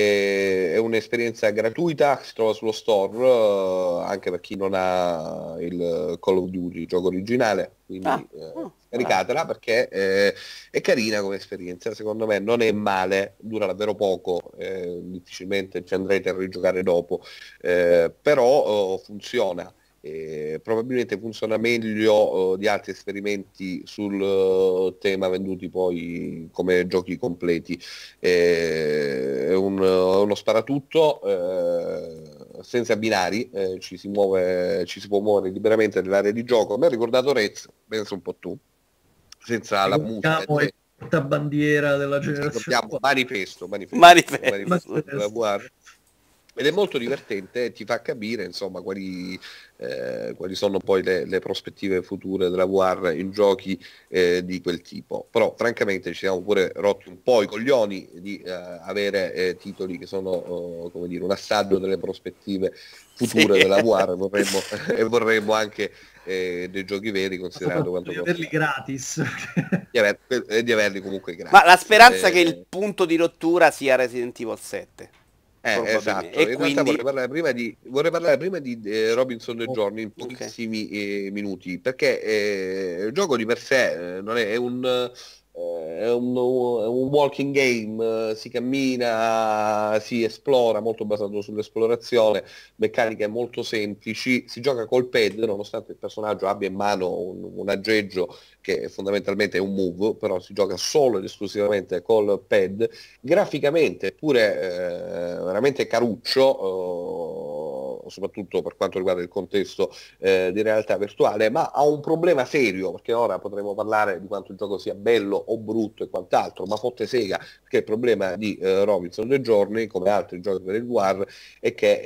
Speaker 3: E, è un'esperienza gratuita che si trova sullo store, eh, anche per chi non ha il Call of Duty, il gioco originale.
Speaker 1: Ah,
Speaker 3: Quindi eh,
Speaker 1: oh, bravo.
Speaker 3: scaricatela perché eh, è carina come esperienza, secondo me non è male, dura davvero poco, eh, difficilmente ci andrete a rigiocare dopo, eh, però oh, funziona. E probabilmente funziona meglio eh, di altri esperimenti sul eh, tema venduti poi come giochi completi. Eh, è un- uno sparatutto eh, senza binari, eh, ci si muove, ci si può muovere liberamente nell'area di gioco. Mi ha ricordato Rez, pensa un po' tu, senza la musica.
Speaker 2: Ricordiamo il portabandiera della
Speaker 3: Ci
Speaker 2: generazione
Speaker 3: ricordiamo manifesto, manifesto, manifesto
Speaker 1: Manifesto.
Speaker 3: della War. Ed è molto divertente, ti fa capire insomma quali, eh, quali sono poi le, le prospettive future della War in giochi eh, di quel tipo. Però francamente ci siamo pure rotti un po' i coglioni di eh, avere eh, titoli che sono oh, come dire, un assaggio delle prospettive
Speaker 1: Sì.
Speaker 3: future della War, vorremmo, e vorremmo anche eh, dei giochi veri,
Speaker 2: ma
Speaker 3: considerato
Speaker 2: soprattutto
Speaker 3: quanto
Speaker 2: di averli
Speaker 3: costa
Speaker 2: gratis.
Speaker 3: di, aver- e di averli comunque
Speaker 1: Ma la
Speaker 3: gratis.
Speaker 1: speranza è che il
Speaker 3: Eh,
Speaker 1: punto di rottura sia Resident Evil sette,
Speaker 3: Eh,
Speaker 1: probabilmente.
Speaker 3: esatto,
Speaker 1: E
Speaker 3: in realtà vorrei
Speaker 1: quindi,
Speaker 3: parlare prima di, vorrei parlare prima di eh, Robinson The
Speaker 2: Oh,
Speaker 3: Journey in
Speaker 1: ok.
Speaker 3: pochissimi eh, minuti, perché eh, il gioco di per sé eh, non è, è un, eh, è un, è un walking game, eh, si cammina, si esplora, molto basato sull'esplorazione, meccaniche molto semplici, si gioca col pad, nonostante il personaggio abbia in mano un, un aggeggio che fondamentalmente è un move, però si gioca solo ed esclusivamente col pad. Graficamente pure eh, veramente caruccio, eh, soprattutto per quanto riguarda il contesto eh, di realtà virtuale, ma ha un problema serio, perché ora potremo parlare di quanto il gioco sia bello o brutto e quant'altro, ma fotte sega, perché il problema di eh, Robinson The Journey, come altri giochi per il War, è che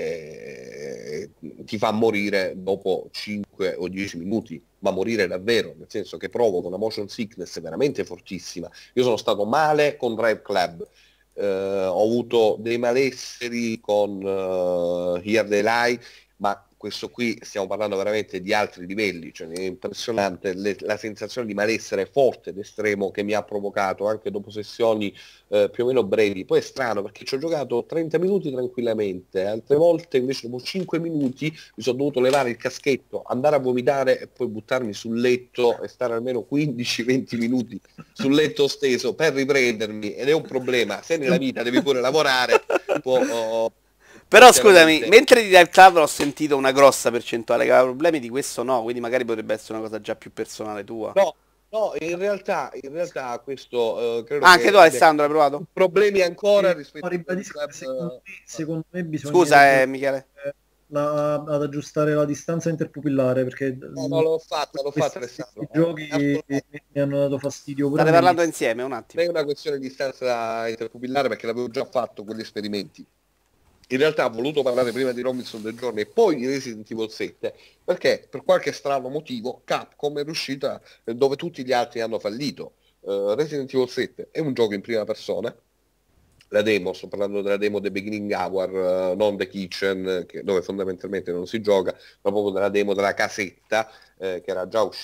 Speaker 3: eh, ti fa morire dopo cinque o dieci minuti, ma morire davvero, nel senso che provoca una motion sickness veramente fortissima. Io sono stato male con Drive Club, eh, ho avuto dei malesseri con uh, Here They Lie, ma questo qui stiamo parlando veramente di altri livelli, cioè è impressionante le- la sensazione di malessere forte ed estremo che mi ha provocato anche dopo sessioni eh, più o meno brevi. Poi è strano perché ci ho giocato trenta minuti tranquillamente, altre volte invece dopo cinque minuti mi sono dovuto levare il caschetto, andare a vomitare e poi buttarmi sul letto e stare almeno quindici venti minuti sul letto steso per riprendermi, ed è un problema. Se nella vita devi pure lavorare, può, oh, può
Speaker 1: Però scusami,
Speaker 3: chiaramente...
Speaker 1: mentre di Dark Cloud ho sentito una grossa percentuale che aveva problemi, di questo no, quindi magari potrebbe essere una cosa già più personale tua.
Speaker 3: No, no, in realtà, in realtà questo eh, credo
Speaker 1: Ah, anche tu
Speaker 3: che abbia
Speaker 1: Alessandro hai provato?
Speaker 3: più problemi ancora
Speaker 2: E no,
Speaker 3: rispetto a Drive
Speaker 2: ribadisco che secondo
Speaker 3: Club.
Speaker 2: me, secondo me
Speaker 1: Scusa,
Speaker 2: bisognerebbe
Speaker 1: eh, Michele.
Speaker 2: eh, la- ad aggiustare la distanza interpupillare perché
Speaker 3: No,
Speaker 2: mm,
Speaker 3: no, l'ho fatta, l'ho fatta
Speaker 2: questi, questi
Speaker 3: Alessandro.
Speaker 2: giochi
Speaker 3: Assolutamente.
Speaker 2: mi, mi hanno dato fastidio pure a
Speaker 1: State
Speaker 2: me.
Speaker 1: parlando insieme, un attimo.
Speaker 3: Non è una questione di distanza interpupillare perché l'avevo già fatto quegli esperimenti. In realtà ho voluto parlare prima di Robinson del giorno e poi di Resident Evil sette perché per qualche strano motivo Capcom è riuscita eh, dove tutti gli altri hanno fallito. Eh, Resident Evil sette è un gioco in prima persona, la demo, sto parlando della demo The Beginning Hour, eh, non The Kitchen, che- dove fondamentalmente non si gioca, ma proprio della demo della casetta, eh, che era già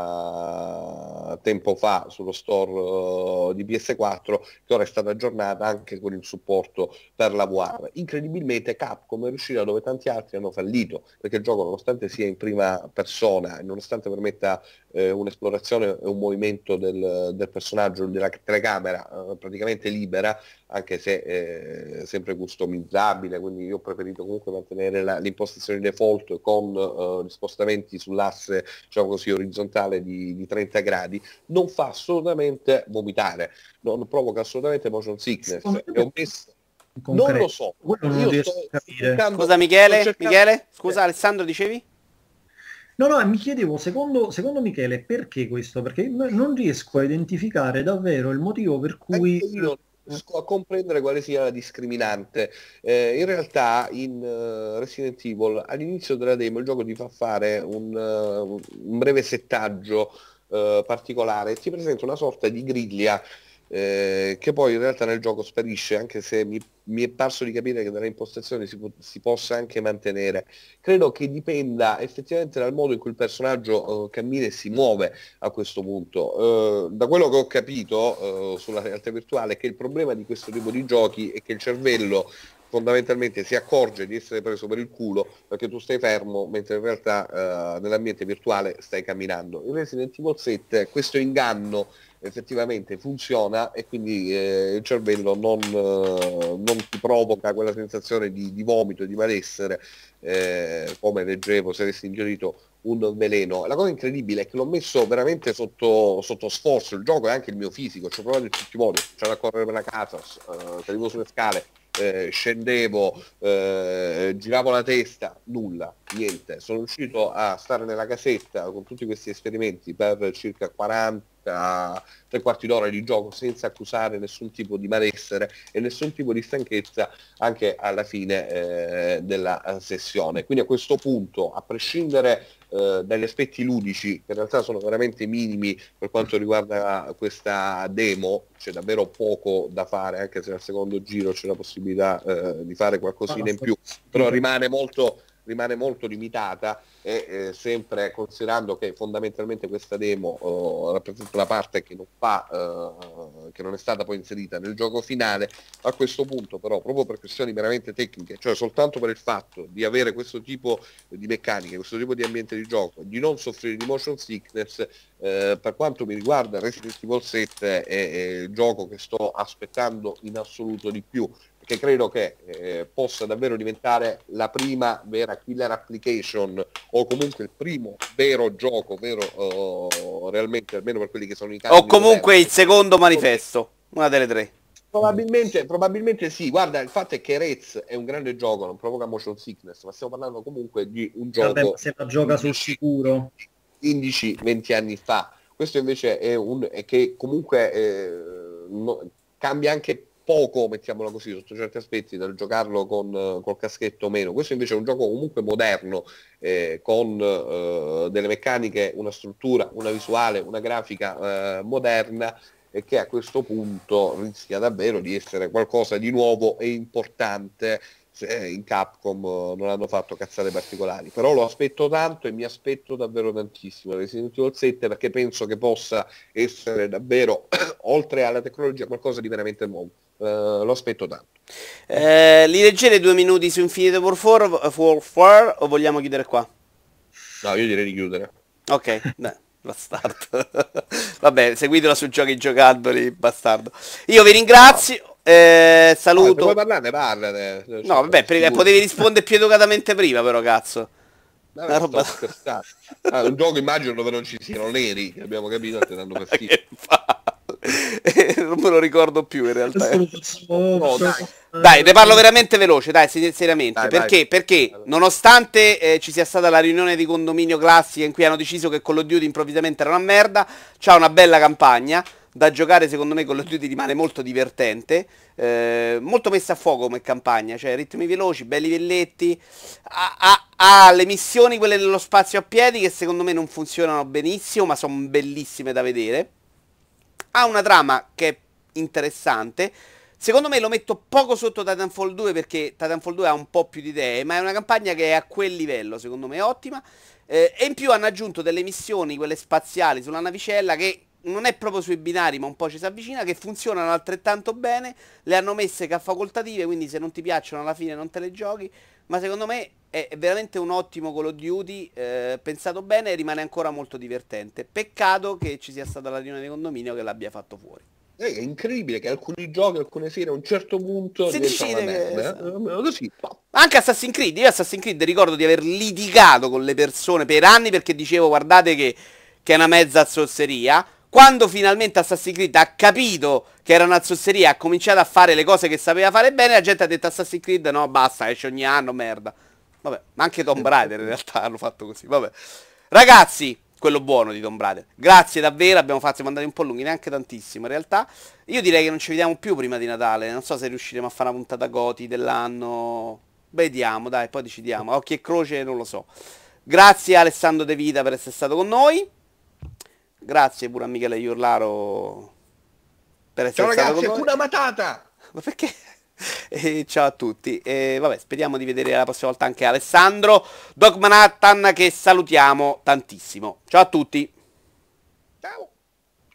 Speaker 3: uscita tempo fa sullo store uh, di P S quattro, che ora è stata aggiornata anche con il supporto per la V R. Incredibilmente Capcom è riuscita dove tanti altri hanno fallito, perché il gioco, nonostante sia in prima persona e nonostante permetta eh, un'esplorazione e un movimento del, del personaggio, della telecamera eh, praticamente libera, anche se eh, sempre customizzabile, quindi io ho preferito comunque mantenere la, l'impostazione default con eh, gli spostamenti sull'asse, diciamo così, orizzontale di, di trenta gradi, non fa assolutamente vomitare, non provoca assolutamente motion sickness. E ho messo... Non lo so,
Speaker 2: non
Speaker 3: io
Speaker 2: riesco
Speaker 3: sto,
Speaker 2: a
Speaker 3: sto
Speaker 2: capire.
Speaker 3: cercando,
Speaker 1: Scusa Michele,
Speaker 3: sto cercando-
Speaker 1: Michele? Scusa Alessandro, dicevi?
Speaker 2: No, no, mi chiedevo, secondo, secondo Michele, perché questo? Perché n- non riesco a identificare davvero il motivo per cui...
Speaker 3: Anche io non riesco a comprendere quale sia la discriminante. Eh, in realtà in eh, Resident Evil all'inizio della demo il gioco ti fa fare un, eh, un breve settaggio eh, particolare, ti presenta una sorta di griglia eh, che poi in realtà nel gioco sparisce, anche se mi, mi è parso di capire che dalle impostazioni si, po- si possa anche mantenere. Credo che dipenda effettivamente dal modo in cui il personaggio eh, cammina e si muove a questo punto. Eh, da quello che ho capito eh, sulla realtà virtuale, che il problema di questo tipo di giochi è che il cervello fondamentalmente si accorge di essere preso per il culo perché tu stai fermo mentre in realtà eh, nell'ambiente virtuale stai camminando. In Resident Evil sette questo inganno effettivamente funziona e quindi eh, il cervello non, eh, non ti provoca quella sensazione di, di vomito, di malessere, eh, come leggevo se avessi ingerito un veleno. La cosa incredibile è che l'ho messo veramente sotto, sotto sforzo, il gioco è anche il mio fisico, ci ho provato in tutti i modi, c'era da correre per la casa, eh, salivo sulle scale, eh, scendevo, eh, giravo la testa, nulla, niente. Sono riuscito a stare nella casetta con tutti questi esperimenti per circa quaranta tre quarti d'ora di gioco senza accusare nessun tipo di malessere e nessun tipo di stanchezza anche alla fine eh, della eh, sessione. Quindi a questo punto, a prescindere eh, dagli aspetti ludici, che in realtà sono veramente minimi per quanto riguarda questa demo, c'è davvero poco da fare, anche se al secondo giro c'è la possibilità eh, di fare qualcosina in più, però rimane molto rimane molto limitata e eh, sempre considerando che fondamentalmente questa demo oh, rappresenta una parte che non fa eh, che non è stata poi inserita nel gioco finale. A questo punto però, proprio per questioni veramente tecniche, cioè soltanto per il fatto di avere questo tipo di meccaniche, questo tipo di ambiente di gioco, di non soffrire di motion sickness, eh, per quanto mi riguarda Resident Evil sette è, è il gioco che sto aspettando in assoluto di più, che credo che eh, possa davvero diventare la prima vera killer application o comunque il primo vero gioco, vero uh, realmente, almeno per quelli che sono i casi.
Speaker 1: O comunque il secondo manifesto, una delle tre.
Speaker 3: Probabilmente, probabilmente sì, guarda, il fatto è che Rez è un grande gioco, non provoca motion sickness, ma stiamo parlando comunque di un gioco
Speaker 2: Vabbè, se la gioca sul sicuro
Speaker 3: quindici venti anni fa. Questo invece è un è che comunque eh, no, cambia anche poco, mettiamolo così, sotto certi aspetti, dal giocarlo con col caschetto o meno. Questo invece è un gioco comunque moderno, eh, con eh, delle meccaniche, una struttura, una visuale, una grafica eh, moderna, e che a questo punto rischia davvero di essere qualcosa di nuovo e importante se in Capcom non hanno fatto cazzate particolari. Però lo aspetto tanto e mi aspetto davvero tantissimo Resident Evil sette, perché penso che possa essere davvero, oltre alla tecnologia, qualcosa di veramente nuovo. Uh, lo aspetto tanto.
Speaker 1: Eh, li leggete due minuti su Infinite Warfare, Warfare o vogliamo chiudere qua?
Speaker 3: No, io direi di chiudere.
Speaker 1: Ok, beh, bastardo. Vabbè, seguitela su Giochi Giocattoli, bastardo. Io vi ringrazio, eh,
Speaker 3: No, se
Speaker 1: saluto.
Speaker 3: vuoi parlarne, parlane. Cioè,
Speaker 1: No, vabbè, per- potevi rispondere più educatamente prima, però, cazzo. Una
Speaker 3: Vabbè,
Speaker 1: roba...
Speaker 3: sto scherzando. Ah, un gioco immagino dove non ci siano neri, che abbiamo capito, te danno fastidio.
Speaker 1: Che palle. Non me lo ricordo più in realtà.
Speaker 2: Adesso lo facciamo-
Speaker 3: No, dai.
Speaker 1: Dai, ne parlo veramente veloce, dai, se- seriamente.
Speaker 3: Dai,
Speaker 1: Perché?
Speaker 3: vai.
Speaker 1: Perché nonostante eh, ci sia stata la riunione di condominio classica in cui hanno deciso che Call of Duty improvvisamente era una merda, c'ha una bella campagna. Da giocare, secondo me Call of Duty rimane molto divertente, eh, molto messa a fuoco come campagna, cioè ritmi veloci, belli velletti, ha, ha- ha le missioni, quelle dello spazio a piedi, che secondo me non funzionano benissimo, ma sono bellissime da vedere. Ha una trama che è interessante. Secondo me lo metto poco sotto Titanfall due, perché Titanfall due ha un po' più di idee, ma è una campagna che è a quel livello, secondo me è ottima. Eh, e in più hanno aggiunto delle missioni, quelle spaziali sulla navicella, che non è proprio sui binari, ma un po' ci si avvicina, che funzionano altrettanto bene. Le hanno messe che a facoltative, quindi se non ti piacciono alla fine non te le giochi. Ma secondo me è veramente un ottimo Call of Duty, eh, pensato bene, e rimane ancora molto divertente. Peccato che ci sia stata la riunione di condominio che l'abbia fatto fuori.
Speaker 3: È incredibile che alcuni giochi, alcune serie a un certo punto
Speaker 1: Si
Speaker 3: diventano una
Speaker 1: decide che...
Speaker 3: merda. Eh? Così.
Speaker 1: Anche Assassin's Creed, io Assassin's Creed ricordo di aver litigato con le persone per anni perché dicevo guardate che, che è una mezza zozzeria. Quando finalmente Assassin's Creed ha capito che era una zozzeria, ha cominciato a fare le cose che sapeva fare bene, la gente ha detto Assassin's Creed no, basta, esce ogni anno, merda. Vabbè, ma anche Tomb Raider in realtà hanno fatto così, vabbè. Ragazzi, quello buono di Tomb Raider. Grazie davvero, abbiamo fatto, siamo andati un po' lunghi, neanche tantissimo in realtà. Io direi che non ci vediamo più prima di Natale, non so se riusciremo a fare una puntata Goti dell'anno. Vediamo, dai, poi decidiamo. Occhi e croce, non lo so. Grazie a Alessandro De Vita per essere stato con noi. Grazie pure a Michele Iurlaro per essere
Speaker 3: Ciao
Speaker 1: stato
Speaker 3: ragazzi,
Speaker 1: con noi.
Speaker 3: Kuna Matata!
Speaker 1: Ma perché? E ciao a tutti. E vabbè, speriamo di vedere la prossima volta anche Alessandro Doc Manhattan, che salutiamo tantissimo. Ciao a tutti.